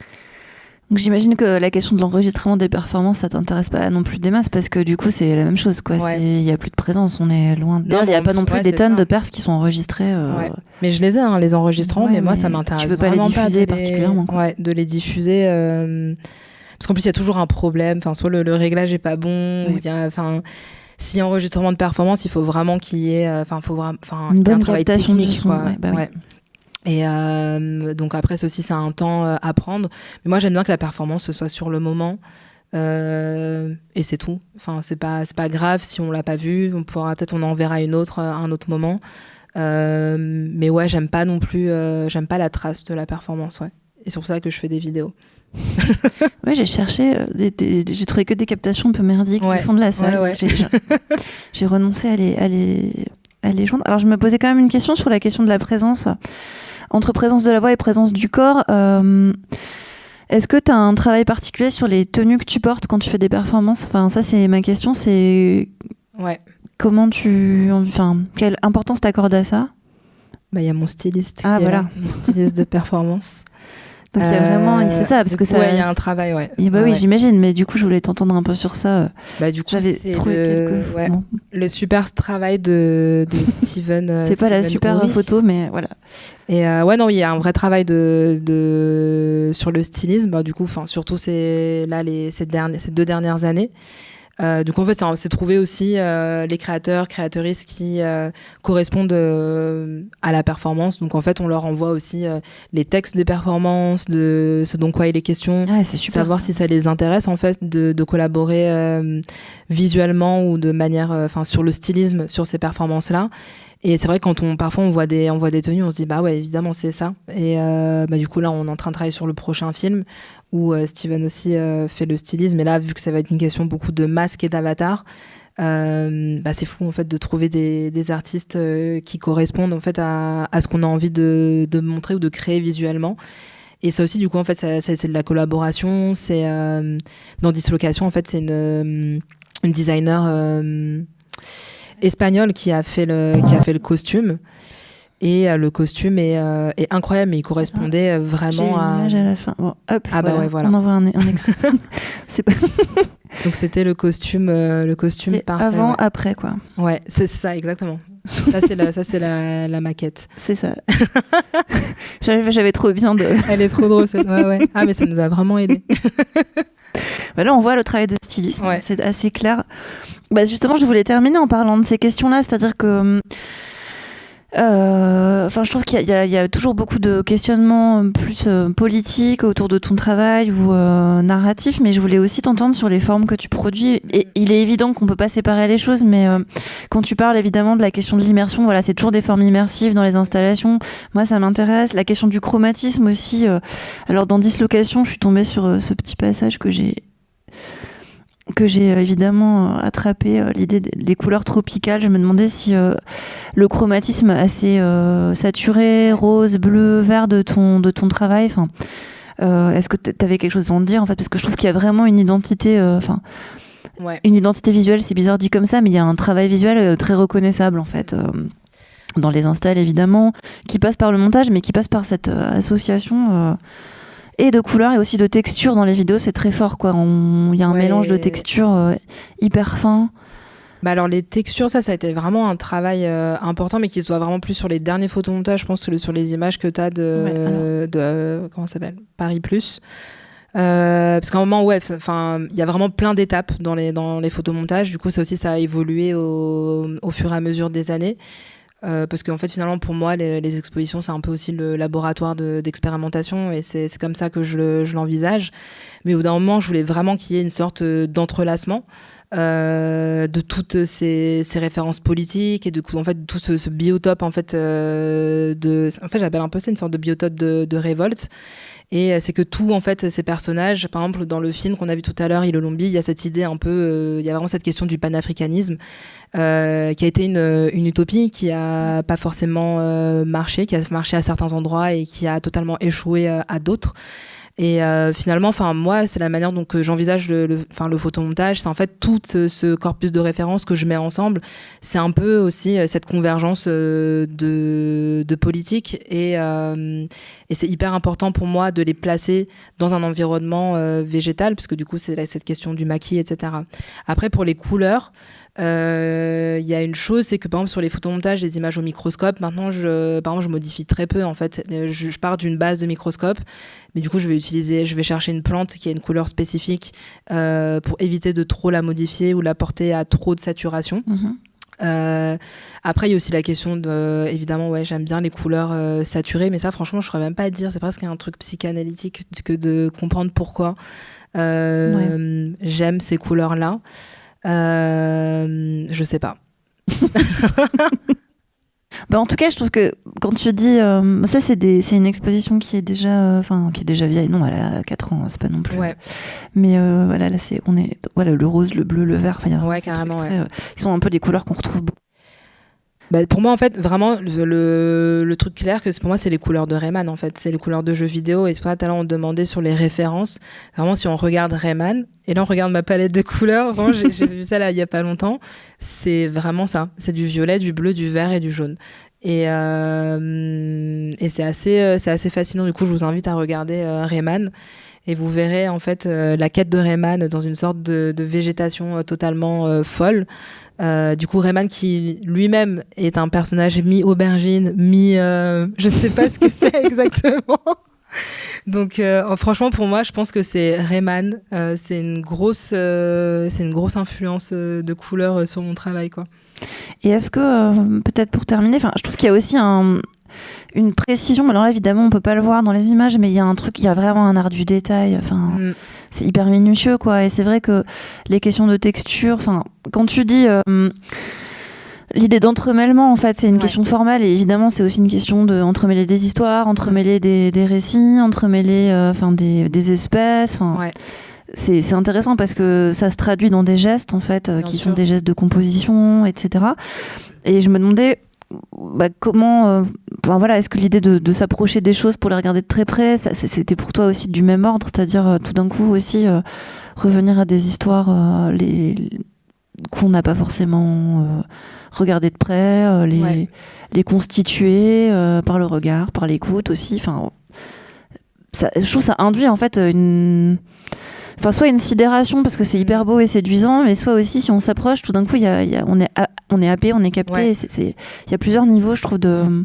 [SPEAKER 1] donc j'imagine que la question de l'enregistrement des performances, ça t'intéresse pas non plus des masses parce que du coup, c'est la même chose, quoi. Il ouais. y a plus de présence, on est loin. D'ailleurs, il y a pas non plus ouais, des tonnes ça. de perfs qui sont enregistrés. Euh...
[SPEAKER 2] Ouais. Mais je les ai, hein, les enregistrements, ouais, mais, mais moi, ça m'intéresse.
[SPEAKER 1] Tu veux pas les diffuser
[SPEAKER 2] pas de
[SPEAKER 1] particulièrement,
[SPEAKER 2] les... Ouais, de les diffuser. Euh... Parce qu'en plus, il y a toujours un problème. Enfin, soit le, le réglage est pas bon, oui. ou y a, enfin. Si enregistrement de performance, il faut vraiment qu'il y ait, enfin, faut vraiment, enfin,
[SPEAKER 1] une bonne
[SPEAKER 2] un travail technique,
[SPEAKER 1] son,
[SPEAKER 2] quoi.
[SPEAKER 1] Ouais, bah
[SPEAKER 2] ouais.
[SPEAKER 1] Oui.
[SPEAKER 2] Et euh, donc après, c'est aussi ça a un temps euh, à prendre. Mais moi, j'aime bien que la performance ce soit sur le moment. Euh, et c'est tout. Enfin, c'est pas, c'est pas grave si on l'a pas vu. On pourra peut-être on en verra une autre à un autre moment. Euh, mais ouais, j'aime pas non plus. Euh, j'aime pas la trace de la performance. Ouais. Et c'est pour ça que je fais des vidéos.
[SPEAKER 1] Ouais, j'ai cherché, euh, des, des, j'ai trouvé que des captations un peu merdiques
[SPEAKER 2] ouais.
[SPEAKER 1] du fond de la salle.
[SPEAKER 2] Ouais, ouais.
[SPEAKER 1] J'ai, j'ai, j'ai renoncé à les, à les, à les joindre. Alors, je me posais quand même une question sur la question de la présence. Entre présence de la voix et présence du corps, euh, est-ce que tu as un travail particulier sur les tenues que tu portes quand tu fais des performances ? Enfin, ça, c'est ma question, c'est
[SPEAKER 2] ouais.
[SPEAKER 1] comment tu... Enfin, quelle importance t'accordes à ça ?
[SPEAKER 2] Bah, y a mon styliste,
[SPEAKER 1] ah,
[SPEAKER 2] qui
[SPEAKER 1] voilà.
[SPEAKER 2] est là, mon styliste de performance.
[SPEAKER 1] Donc il y a vraiment, c'est ça, parce que ça.
[SPEAKER 2] Ouais, il y a un travail, ouais.
[SPEAKER 1] Et bah
[SPEAKER 2] ouais,
[SPEAKER 1] oui,
[SPEAKER 2] ouais.
[SPEAKER 1] j'imagine, mais du coup, je voulais t'entendre un peu sur ça.
[SPEAKER 2] Bah du coup,
[SPEAKER 1] j'avais
[SPEAKER 2] c'est
[SPEAKER 1] trouvé
[SPEAKER 2] le...
[SPEAKER 1] quelques.
[SPEAKER 2] Ouais. Le super travail de, de Steven.
[SPEAKER 1] c'est
[SPEAKER 2] Steven
[SPEAKER 1] pas la super
[SPEAKER 2] Oury.
[SPEAKER 1] photo, mais voilà.
[SPEAKER 2] Et euh, ouais, non, il y a un vrai travail de, de sur le stylisme. Bah, du coup, enfin, surtout c'est là les ces dernières, ces deux dernières années. Euh, donc en fait, c'est, c'est trouver aussi euh, les créateurs, créatrices qui euh, correspondent euh, à la performance. Donc en fait, on leur envoie aussi euh, les textes des performances, de ce dont quoi il est question,
[SPEAKER 1] ah, c'est super,
[SPEAKER 2] savoir
[SPEAKER 1] ça.
[SPEAKER 2] si ça les intéresse en fait de, de collaborer euh, visuellement ou de manière, enfin euh, sur le stylisme sur ces performances-là. Et c'est vrai que quand on parfois on voit des on voit des tenues, on se dit bah ouais évidemment c'est ça. Et euh, bah du coup là on est en train de travailler sur le prochain film où euh, Steven aussi euh, fait le stylisme. Et là vu que ça va être une question beaucoup de masques et d'avatars, euh, bah c'est fou en fait de trouver des, des artistes euh, qui correspondent en fait à, à ce qu'on a envie de, de montrer ou de créer visuellement. Et ça aussi du coup en fait ça, ça, c'est de la collaboration. C'est euh, dans Dislocation en fait c'est une une designer. Euh, espagnol qui a fait le qui a fait le costume et euh, le costume est, euh, est incroyable mais il correspondait euh, vraiment
[SPEAKER 1] J'ai une
[SPEAKER 2] à
[SPEAKER 1] image à la fin. Bon, hop,
[SPEAKER 2] ah
[SPEAKER 1] voilà.
[SPEAKER 2] bah ouais voilà
[SPEAKER 1] on envoie un, un extrait. C'est pas...
[SPEAKER 2] donc c'était le costume euh, le costume
[SPEAKER 1] c'était
[SPEAKER 2] parfait
[SPEAKER 1] avant
[SPEAKER 2] ouais.
[SPEAKER 1] Après quoi
[SPEAKER 2] ouais c'est, c'est ça exactement ça c'est la ça c'est la, la maquette
[SPEAKER 1] c'est ça. j'avais, j'avais trop bien de
[SPEAKER 2] elle est trop drôle cette ouais ouais ah mais ça nous a vraiment aidé.
[SPEAKER 1] Bah là, on voit le travail de stylisme,
[SPEAKER 2] ouais.
[SPEAKER 1] C'est assez clair. Bah justement, je voulais terminer en parlant de ces questions-là, c'est-à-dire que Euh, Enfin, je trouve qu'il y, y, y a toujours beaucoup de questionnements plus euh, politiques autour de ton travail ou euh, narratifs, mais je voulais aussi t'entendre sur les formes que tu produis. Et il est évident qu'on peut pas séparer les choses, mais euh, quand tu parles évidemment de la question de l'immersion, voilà, c'est toujours des formes immersives dans les installations. Moi, ça m'intéresse. La question du chromatisme aussi. Euh, alors, dans Dislocation, je suis tombée sur euh, ce petit passage que j'ai que j'ai euh, évidemment euh, attrapé, euh, l'idée des couleurs tropicales. Je me demandais si euh, le chromatisme assez euh, saturé, rose, bleu, vert de ton, de ton travail, enfin, euh, est-ce que tu avais quelque chose à en dire en fait, parce que je trouve qu'il y a vraiment une identité, enfin, euh, ouais. une identité visuelle, c'est bizarre dit comme ça, mais il y a un travail visuel euh, très reconnaissable en fait. Euh, dans les installs évidemment, qui passe par le montage, mais qui passe par cette euh, association euh, et de couleurs et aussi de textures dans les vidéos, c'est très fort quoi. Il y a un ouais. mélange de textures euh, hyper fin.
[SPEAKER 2] Bah alors les textures, ça, ça a été vraiment un travail euh, important, mais qui se voit vraiment plus sur les derniers photomontages, je pense, que sur les images que tu as de, ouais, euh, de euh, comment ça s'appelle, Paris Plus. Euh, parce qu'à un moment, ouais, enfin, il y a vraiment plein d'étapes dans les dans les photomontages. Du coup, ça aussi, ça a évolué au, au fur et à mesure des années. Euh, parce qu'en fait, finalement, pour moi, les, les expositions, c'est un peu aussi le laboratoire de, d'expérimentation, et c'est, c'est comme ça que je, je l'envisage. Mais au bout d'un moment, je voulais vraiment qu'il y ait une sorte d'entrelacement euh, de toutes ces, ces références politiques et de en fait tout ce, ce biotope en fait euh, de, en fait, j'appelle un peu ça une sorte de biotope de, de révolte. Et c'est que tout, en fait, ces personnages, par exemple, dans le film qu'on a vu tout à l'heure, Il Olombi, il y a cette idée un peu, euh, il y a vraiment cette question du panafricanisme, euh, qui a été une, une utopie qui a pas forcément euh, marché, qui a marché à certains endroits et qui a totalement échoué euh, à d'autres. Et euh, finalement, enfin moi, c'est la manière dont que j'envisage le, le, enfin le photomontage, c'est en fait tout ce, ce corpus de références que je mets ensemble. C'est un peu aussi cette convergence euh, de, de politique et, euh, et c'est hyper important pour moi de les placer dans un environnement euh, végétal, parce que du coup, c'est là, cette question du maquis, et cetera. Après, pour les couleurs, il euh, y a une chose, c'est que par exemple sur les photomontages, les images au microscope, maintenant, je, par exemple, je modifie très peu en fait. Je, je pars d'une base de microscope, mais du coup, je vais utiliser, je vais chercher une plante qui a une couleur spécifique euh, pour éviter de trop la modifier ou la porter à trop de saturation. Mmh. Euh, après, il y a aussi la question de, évidemment, ouais, j'aime bien les couleurs euh, saturées, mais ça, franchement, je ne saurais même pas à dire. C'est presque un truc psychanalytique que de comprendre pourquoi euh, ouais. j'aime ces couleurs-là. Euh, je sais pas.
[SPEAKER 1] Bah en tout cas, je trouve que quand tu dis euh, ça, c'est, des, c'est une exposition qui est déjà, enfin, euh, qui est déjà vieille. Non, elle a quatre ans, c'est pas non plus. Ouais. Mais euh, voilà, là, c'est, on est, voilà, le rose, le bleu, le vert. Enfin,
[SPEAKER 2] ouais, carrément. Très, ouais.
[SPEAKER 1] euh, ils sont un peu des couleurs qu'on retrouve beaucoup.
[SPEAKER 2] Bah, pour moi, en fait, vraiment, le, le, le truc clair, que pour moi, c'est les couleurs de Rayman, en fait. C'est les couleurs de jeux vidéo. Et c'est pour ça que tout à l'heure, on demandait sur les références. Vraiment, si on regarde Rayman, et là, on regarde ma palette de couleurs, vraiment, j'ai, j'ai vu ça là, il y a pas longtemps. C'est vraiment ça. C'est du violet, du bleu, du vert et du jaune. Et, euh, et c'est assez, c'est assez fascinant. Du coup, je vous invite à regarder euh, Rayman. Et vous verrez, en fait, euh, la quête de Rayman dans une sorte de, de végétation euh, totalement euh, folle. Euh, du coup, Rayman qui lui-même est un personnage mi-aubergine, mi... Euh, je ne sais pas ce que c'est exactement. Donc, euh, franchement, pour moi, je pense que c'est Rayman. Euh, c'est une grosse, euh, c'est une grosse influence euh, de couleur euh, sur mon travail, quoi.
[SPEAKER 1] Et est-ce que, euh, peut-être pour terminer, je trouve qu'il y a aussi un... une précision, alors là évidemment on peut pas le voir dans les images, mais il y a un truc, il y a vraiment un art du détail, enfin mm. c'est hyper minutieux quoi, et c'est vrai que les questions de texture, enfin quand tu dis euh, l'idée d'entremêlement en fait c'est une ouais. question formelle, et évidemment c'est aussi une question de entremêler des histoires, entremêler mm. des, des récits, entremêler enfin euh, des, des espèces, enfin ouais. C'est, c'est intéressant parce que ça se traduit dans des gestes en fait euh, qui sûr. sont des gestes de composition, et cetera. Et je me demandais bah, comment, euh, ben voilà, est-ce que l'idée de, de s'approcher des choses pour les regarder de très près, ça, c'était pour toi aussi du même ordre, c'est-à-dire euh, tout d'un coup aussi euh, revenir à des histoires euh, les, les, qu'on n'a pas forcément euh, regardées de près, euh, les, ouais. les constituer euh, par le regard, par l'écoute aussi. Enfin, ça, je trouve que ça induit en fait une... Enfin, soit une sidération parce que c'est hyper beau et séduisant, mais soit aussi si on s'approche, tout d'un coup, y a, y a, on, est, on est happé, on est capté. Ouais. Il y a plusieurs niveaux, je trouve, de,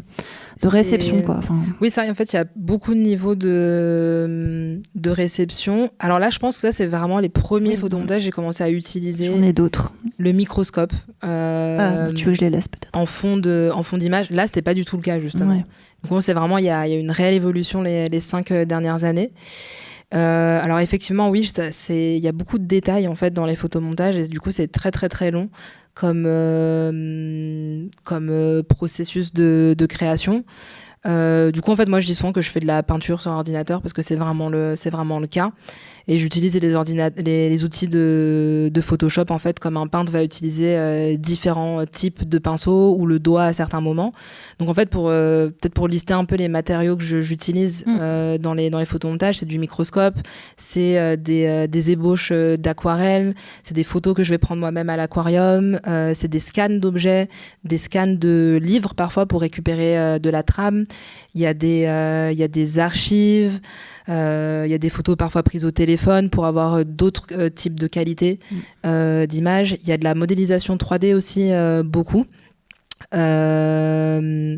[SPEAKER 1] de réception, quoi. Enfin...
[SPEAKER 2] Oui, ça, en fait, il y a beaucoup de niveaux de, de réception. Alors là, je pense que ça, c'est vraiment les premiers oui, photomontages. J'ai commencé à utiliser
[SPEAKER 1] J'en ai d'autres.
[SPEAKER 2] Le microscope. Euh,
[SPEAKER 1] ah, tu veux que je les laisse peut-être
[SPEAKER 2] en fond de, en fond d'image. Là, c'était pas du tout le cas, justement.
[SPEAKER 1] Ouais.
[SPEAKER 2] Donc, c'est vraiment, il y a, y a une réelle évolution les, les cinq dernières années. Euh, alors effectivement, oui, il y a beaucoup de détails en fait dans les photomontages et du coup, c'est très très très long comme euh, comme euh, processus de, de création. Euh, du coup, en fait, moi, je dis souvent que je fais de la peinture sur ordinateur parce que c'est vraiment le c'est vraiment le cas. Et j'utilise les, ordinat- les, les outils de, de Photoshop, en fait, comme un peintre va utiliser euh, différents types de pinceaux ou le doigt à certains moments. Donc, en fait, pour, euh, peut-être pour lister un peu les matériaux que je, j'utilise mmh. euh, dans, les, dans les photomontages, c'est du microscope, c'est euh, des, euh, des ébauches euh, d'aquarelle, c'est des photos que je vais prendre moi-même à l'aquarium, euh, c'est des scans d'objets, des scans de livres parfois pour récupérer euh, de la trame. Il y a des, euh, il y a des archives. Il euh, y a des photos parfois prises au téléphone pour avoir euh, d'autres euh, types de qualité mmh. euh, d'images. Il y a de la modélisation trois D aussi, euh, beaucoup. Il euh,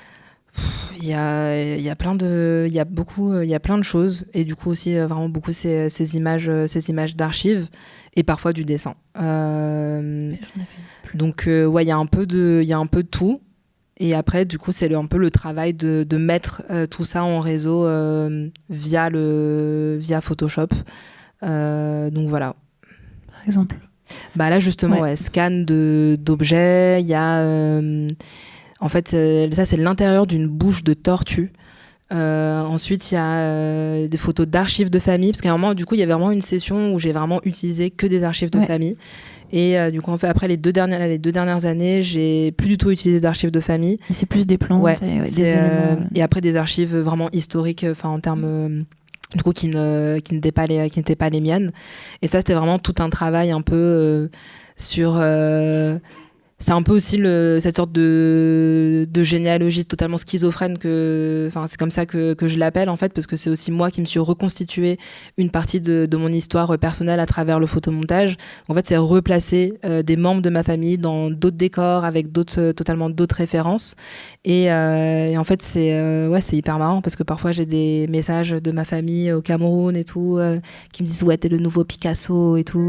[SPEAKER 2] y, a, y a plein de, il y a beaucoup, il y a plein de choses et du coup aussi euh, vraiment beaucoup ces, ces images, ces images d'archives et parfois du dessin. Euh, donc euh, ouais, il y a un peu de, il y a un peu de tout. Et après, du coup, c'est le, un peu le travail de, de mettre euh, tout ça en réseau euh, via, le, via Photoshop. Euh, donc voilà.
[SPEAKER 1] Par exemple
[SPEAKER 2] bah là, justement, ouais. Ouais, scan de, d'objets. Il y a... Euh, en fait, euh, ça, c'est l'intérieur d'une bouche de tortue. Euh, ensuite, il y a euh, des photos d'archives de famille. Parce qu'à un moment, du coup, il y avait vraiment une session où j'ai vraiment utilisé que des archives de ouais. famille. Et euh, du coup, en fait, après les deux dernières, les deux dernières années, j'ai plus du tout utilisé d'archives de famille.
[SPEAKER 1] Et c'est plus des plantes
[SPEAKER 2] ouais,
[SPEAKER 1] et, ouais,
[SPEAKER 2] des
[SPEAKER 1] des
[SPEAKER 2] euh,
[SPEAKER 1] éléments.
[SPEAKER 2] Et après des archives vraiment historiques, enfin en termes, euh, du coup, qui ne, qui n'étaient pas les, qui n'étaient pas les miennes. Et ça, c'était vraiment tout un travail un peu euh, sur. Euh, c'est un peu aussi le, cette sorte de, de généalogie totalement schizophrène que, enfin, c'est comme ça que, que je l'appelle en fait, parce que c'est aussi moi qui me suis reconstitué une partie de, de mon histoire personnelle à travers le photomontage. En fait, c'est replacer euh, des membres de ma famille dans d'autres décors avec d'autres, euh, totalement d'autres références. Et, euh, et en fait, c'est, euh, ouais, c'est hyper marrant parce que parfois j'ai des messages de ma famille au Cameroun et tout euh, qui me disent ouais, t'es le nouveau Picasso et tout.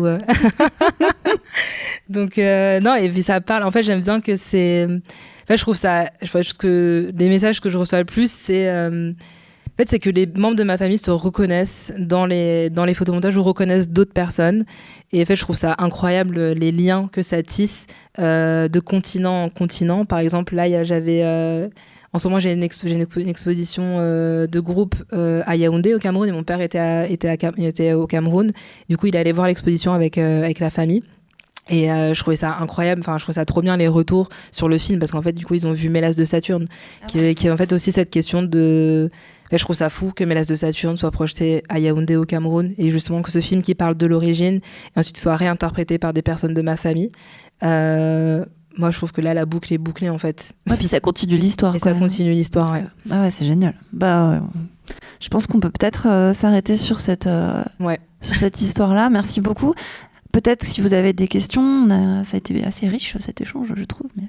[SPEAKER 2] Donc euh, non, et puis ça parle. En fait, j'aime bien que c'est. En fait, je trouve ça. Je vois juste que les messages que je reçois le plus, c'est. Euh... En fait, c'est que les membres de ma famille se reconnaissent dans les dans les photomontages ou reconnaissent d'autres personnes. Et en fait, je trouve ça incroyable les liens que ça tisse euh, de continent en continent. Par exemple, là, y a, j'avais. Euh... En ce moment, j'ai une, expo- j'ai une, expo- une exposition euh, de groupe euh, à Yaoundé, au Cameroun, et mon père était, à, était, à Cam- était au Cameroun. Du coup, il allait voir l'exposition avec euh, avec la famille. Et euh, je trouvais ça incroyable, enfin je trouvais ça trop bien les retours sur le film parce qu'en fait du coup ils ont vu Mélas de Saturne, ah qui, ouais. qui est en fait aussi cette question de... Enfin, je trouve ça fou que Mélas de Saturne soit projeté à Yaoundé au Cameroun et justement que ce film qui parle de l'origine et ensuite soit réinterprété par des personnes de ma famille. Euh, moi je trouve que là la boucle est bouclée en fait.
[SPEAKER 1] Ouais, puis ça continue l'histoire.
[SPEAKER 2] Et ça
[SPEAKER 1] même.
[SPEAKER 2] continue l'histoire, ouais.
[SPEAKER 1] Que... Ah ouais, c'est génial. Bah ouais. Je pense qu'on peut peut-être euh, s'arrêter sur cette, euh,
[SPEAKER 2] ouais.
[SPEAKER 1] sur cette histoire-là. Merci beaucoup. Peut-être si vous avez des questions, on a, ça a été assez riche cet échange, je trouve. Mais,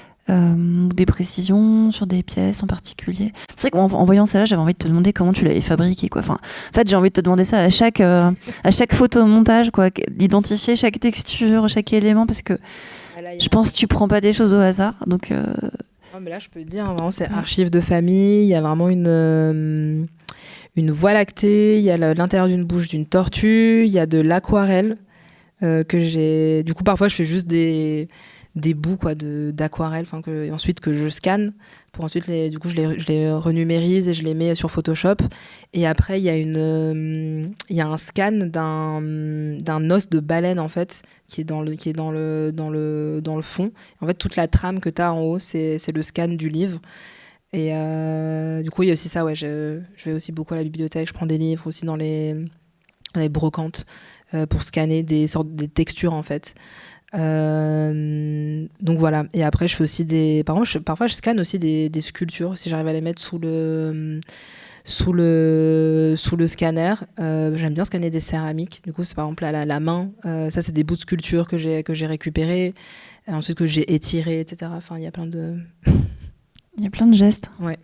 [SPEAKER 1] euh, des précisions sur des pièces en particulier. C'est vrai qu'en en voyant ça là, j'avais envie de te demander comment tu l'avais fabriqué, quoi. Enfin, en fait, j'ai envie de te demander ça à chaque, euh, à chaque photomontage, quoi, d'identifier chaque texture, chaque élément, parce que ah là, je pense que tu prends pas des choses au hasard. Donc, euh...
[SPEAKER 2] non, mais là, je peux te dire, vraiment, c'est archives de famille. Il y a vraiment une. Euh... une voie lactée. Il y a l'intérieur d'une bouche d'une tortue. Il y a de l'aquarelle. Euh, que j'ai du coup parfois je fais juste des des bouts quoi de d'aquarelle enfin que et ensuite que je scanne pour ensuite les du coup je les je les renumérise et je les mets sur Photoshop et après il y a une il euh, y a un scan d'un d'un os de baleine en fait qui est dans le qui est dans le dans le dans le fond. En fait toute la trame que tu as en haut c'est c'est le scan du livre. Et euh, du coup il y a aussi ça ouais je je vais aussi beaucoup à la bibliothèque, je prends des livres aussi dans les dans les brocantes euh, pour scanner des sortes des textures en fait. Euh, donc voilà. Et après je fais aussi des par exemple, je, parfois je scanne aussi des, des sculptures si j'arrive à les mettre sous le sous le sous le scanner. Euh, j'aime bien scanner des céramiques. Du coup c'est par exemple à la, la main. Euh, ça c'est des bouts de sculpture que j'ai que j'ai récupérés et ensuite que j'ai étirés, et cetera. Enfin il y a plein de
[SPEAKER 1] Il y a plein de gestes.
[SPEAKER 2] Ouais.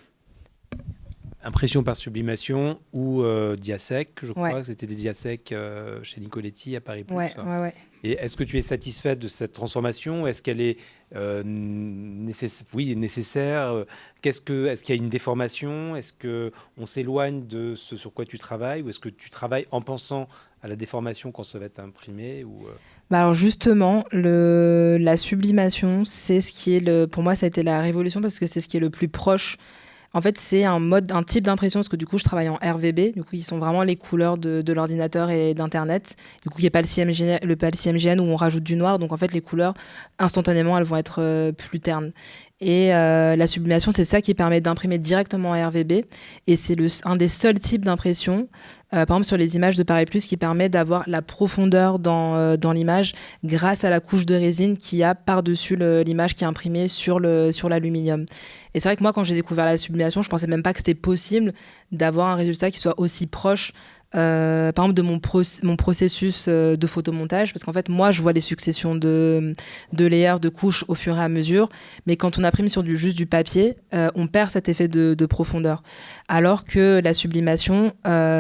[SPEAKER 3] Impression par sublimation ou euh, diasec, je crois
[SPEAKER 2] Ouais.
[SPEAKER 3] que c'était des diasecs euh, chez Nicoletti à Paris Plus.
[SPEAKER 2] Ouais, ouais, ouais.
[SPEAKER 3] Et est-ce que tu es satisfaite de cette transformation? Est-ce qu'elle est euh, nécess- oui, nécessaire? Qu'est-ce que, est-ce qu'il y a une déformation? Est-ce qu'on s'éloigne de ce sur quoi tu travailles? Ou est-ce que tu travailles en pensant à la déformation quand ça va être imprimé ou euh...
[SPEAKER 2] Bah alors justement, le, la sublimation, c'est ce qui est le, pour moi, ça a été la révolution parce que c'est ce qui est le plus proche. En fait, c'est un mode, un type d'impression, parce que du coup, je travaille en R V B, du coup, ils sont vraiment les couleurs de, de l'ordinateur et d'Internet. Du coup, il n'y a pas le C M G N, le, pas le C M G N où on rajoute du noir, donc en fait, les couleurs, instantanément, elles vont être euh, plus ternes. Et euh, la sublimation, c'est ça qui permet d'imprimer directement en R V B, et c'est le, un des seuls types d'impression, euh, par exemple sur les images de Paris Plus, qui permet d'avoir la profondeur dans, euh, dans l'image grâce à la couche de résine qu'il y a par-dessus le, l'image qui est imprimée sur, le, sur l'aluminium. Et c'est vrai que moi, quand j'ai découvert la sublimation, je pensais même pas que c'était possible d'avoir un résultat qui soit aussi proche, euh, par exemple, de mon, pro- mon processus euh, de photomontage. Parce qu'en fait, moi, je vois les successions de, de layers, de couches au fur et à mesure. Mais quand on imprime sur du, juste du papier, euh, on perd cet effet de, de profondeur. Alors que la sublimation,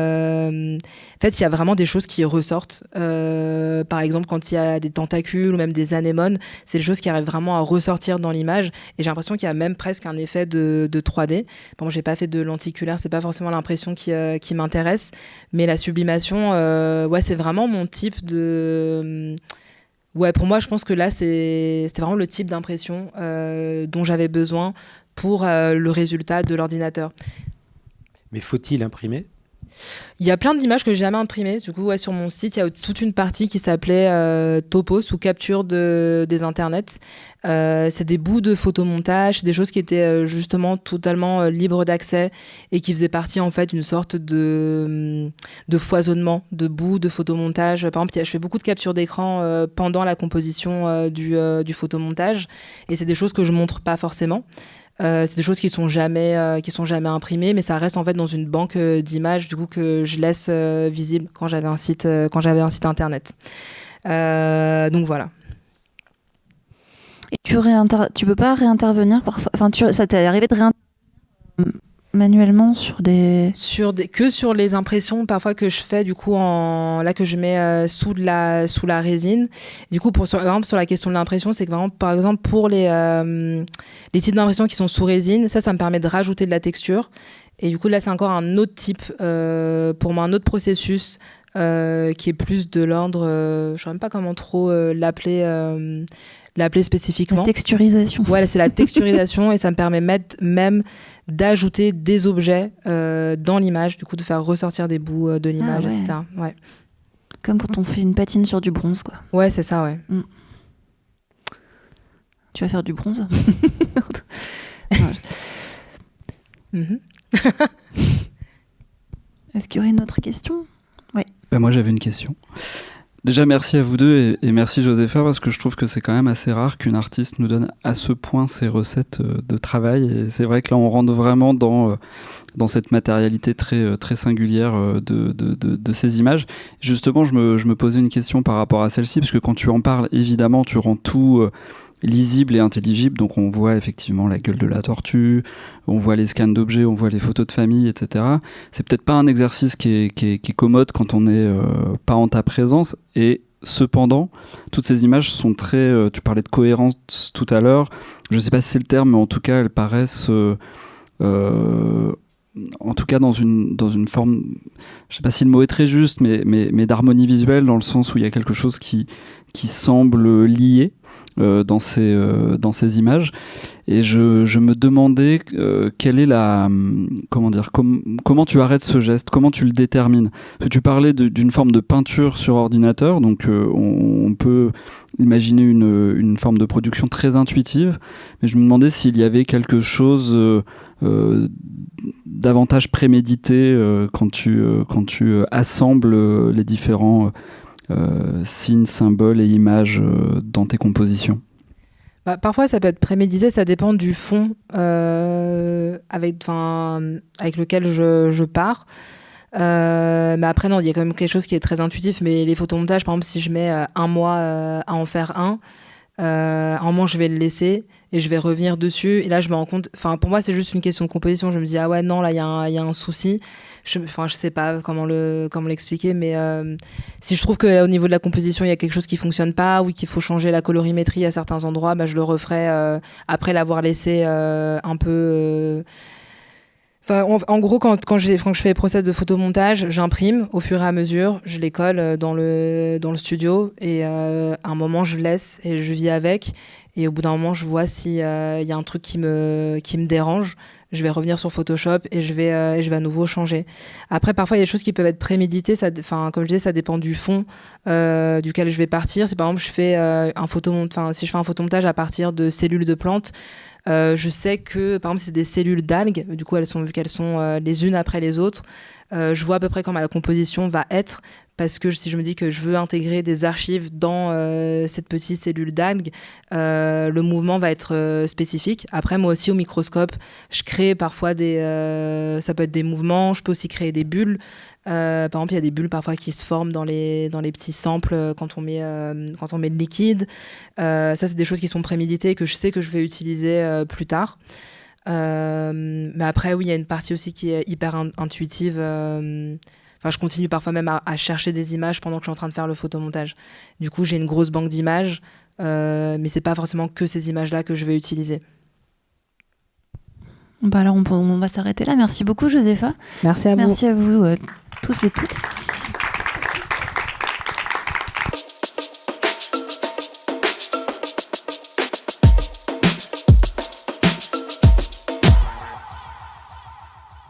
[SPEAKER 2] euh, en fait, il y a vraiment des choses qui ressortent. Euh, par exemple, quand il y a des tentacules ou même des anémones, c'est des choses qui arrivent vraiment à ressortir dans l'image. Et j'ai l'impression qu'il y a même presque un effet de, de trois D. Bon, j'ai pas fait de lenticulaire, c'est pas forcément l'impression qui, euh, qui m'intéresse. Mais la sublimation, euh, ouais, c'est vraiment mon type de... Ouais, pour moi, je pense que là, c'est... c'était vraiment le type d'impression euh, dont j'avais besoin pour euh, le résultat de l'ordinateur.
[SPEAKER 3] Mais faut-il imprimer?
[SPEAKER 2] Il y a plein d'images que j'ai jamais imprimées. Du coup, ouais, sur mon site, il y a toute une partie qui s'appelait euh, Topos ou capture de, des internets. Euh, c'est des bouts de photomontage, des choses qui étaient euh, justement totalement euh, libres d'accès et qui faisaient partie en fait d'une sorte de, de foisonnement de bouts de photomontage. Par exemple, je fais beaucoup de captures d'écran euh, pendant la composition euh, du, euh, du photomontage et c'est des choses que je montre pas forcément. Euh, c'est des choses qui sont jamais euh, qui sont jamais imprimées, mais ça reste en fait dans une banque euh, d'images du coup que je laisse euh, visible quand j'avais un site euh, quand j'avais un site internet. Euh, donc voilà.
[SPEAKER 1] Et tu réinter... tu peux pas réintervenir parfois. Enfin, tu... ça t'est arrivé de réintervenir manuellement sur des
[SPEAKER 2] sur des que sur les impressions parfois que je fais du coup en là que je mets euh, sous de la sous la résine. Du coup pour sur, par exemple sur la question de l'impression, c'est que vraiment par exemple pour les euh, les types d'impression qui sont sous résine, ça ça me permet de rajouter de la texture et du coup là c'est encore un autre type euh, pour moi un autre processus euh, qui est plus de l'ordre euh, je sais même pas comment trop euh, l'appeler euh, l'appeler spécifiquement.
[SPEAKER 1] La texturisation.
[SPEAKER 2] Voilà, c'est la texturisation et ça me permet même d'ajouter des objets euh, dans l'image, du coup de faire ressortir des bouts euh, de l'image,
[SPEAKER 1] ah ouais.
[SPEAKER 2] et cetera. Ouais.
[SPEAKER 1] Comme quand on fait une patine sur du bronze, quoi.
[SPEAKER 2] Ouais, c'est ça, ouais.
[SPEAKER 1] Mm. Tu vas faire du bronze?
[SPEAKER 2] mm-hmm.
[SPEAKER 1] Est-ce qu'il y aurait une autre question? Oui.
[SPEAKER 4] Ben moi, j'avais une question. Déjà, merci à vous deux et, et merci Josépha parce que je trouve que c'est quand même assez rare qu'une artiste nous donne à ce point ses recettes de travail. Et c'est vrai que là, on rentre vraiment dans, dans cette matérialité très, très singulière de, de, de, de ces images. Justement, je me, je me posais une question par rapport à celle-ci parce que quand tu en parles, évidemment, tu rends tout lisible et intelligible. Donc on voit effectivement la gueule de la tortue, on voit les scans d'objets, on voit les photos de famille, et cetera. C'est peut-être pas un exercice qui est, qui est, qui est commode quand on n'est euh, pas en ta présence. Et cependant, toutes ces images sont très... Euh, tu parlais de cohérence tout à l'heure. Je sais pas si c'est le terme, mais en tout cas, elles paraissent... Euh, euh, en tout cas dans une, dans une forme, je sais pas si le mot est très juste, mais, mais, mais d'harmonie visuelle, dans le sens où il y a quelque chose qui, qui semble lié euh, dans, ces, euh, dans ces images. Et je, je me demandais euh, quelle est la, comment dire, com- comment tu arrêtes ce geste, comment tu le détermines. Parce que tu parlais de, d'une forme de peinture sur ordinateur, donc euh, on, on peut imaginer une, une forme de production très intuitive, mais je me demandais s'il y avait quelque chose euh, euh, davantage prémédité euh, quand tu, euh, quand tu euh, assembles euh, les différents euh, signes, symboles et images euh, dans tes compositions.
[SPEAKER 2] Bah, parfois, ça peut être prémédité, ça dépend du fond euh, avec, avec lequel je, je pars. Euh, mais après, non, il y a quand même quelque chose qui est très intuitif. Mais les photomontages, par exemple, si je mets euh, un mois euh, à en faire un, Euh, à un moment, je vais le laisser et je vais revenir dessus. Et là, je me rends compte. Enfin, pour moi, c'est juste une question de composition. Je me dis, ah ouais, non, là, il y, y a un souci. Je, enfin, je sais pas comment le comment l'expliquer, mais euh, si je trouve que au niveau de la composition, il y a quelque chose qui fonctionne pas ou qu'il faut changer la colorimétrie à certains endroits, bah, je le referai euh, après l'avoir laissé euh, un peu. Euh, Enfin, en, en gros, quand, quand, j'ai, quand je fais les process de photomontage, j'imprime au fur et à mesure, je les colle dans le, dans le studio et euh, à un moment, je laisse et je vis avec. Et au bout d'un moment, je vois s'il y a un truc qui me, qui me dérange. Je vais revenir sur Photoshop et je vais, euh, et je vais à nouveau changer. Après, parfois, il y a des choses qui peuvent être préméditées. Ça, enfin, comme je disais, ça dépend du fond euh, duquel je vais partir. Si par exemple, je fais, euh, un photomont- enfin, si je fais un photomontage à partir de cellules de plantes, Euh, je sais que, par exemple, c'est des cellules d'algues. Du coup, elles sont, vu qu'elles sont euh, les unes après les autres, euh, je vois à peu près comment la composition va être. Parce que si je me dis que je veux intégrer des archives dans euh, cette petite cellule d'algues, euh, le mouvement va être euh, spécifique. Après, moi aussi, au microscope, je crée parfois des... Euh, ça peut être des mouvements. Je peux aussi créer des bulles. Euh, par exemple, il y a des bulles parfois qui se forment dans les, dans les petits samples euh, quand on met, euh, quand on met le liquide. Euh, ça, c'est des choses qui sont préméditées et que je sais que je vais utiliser euh, plus tard. Euh, mais après, oui, il y a une partie aussi qui est hyper in- intuitive. Euh, Enfin, je continue parfois même à, à chercher des images pendant que je suis en train de faire le photomontage. Du coup, j'ai une grosse banque d'images, euh, mais c'est pas forcément que ces images-là que je vais utiliser.
[SPEAKER 1] Bah alors, on, peut, on va s'arrêter là. Merci beaucoup, Josépha.
[SPEAKER 2] Merci à vous.
[SPEAKER 1] Merci à vous euh, tous et toutes.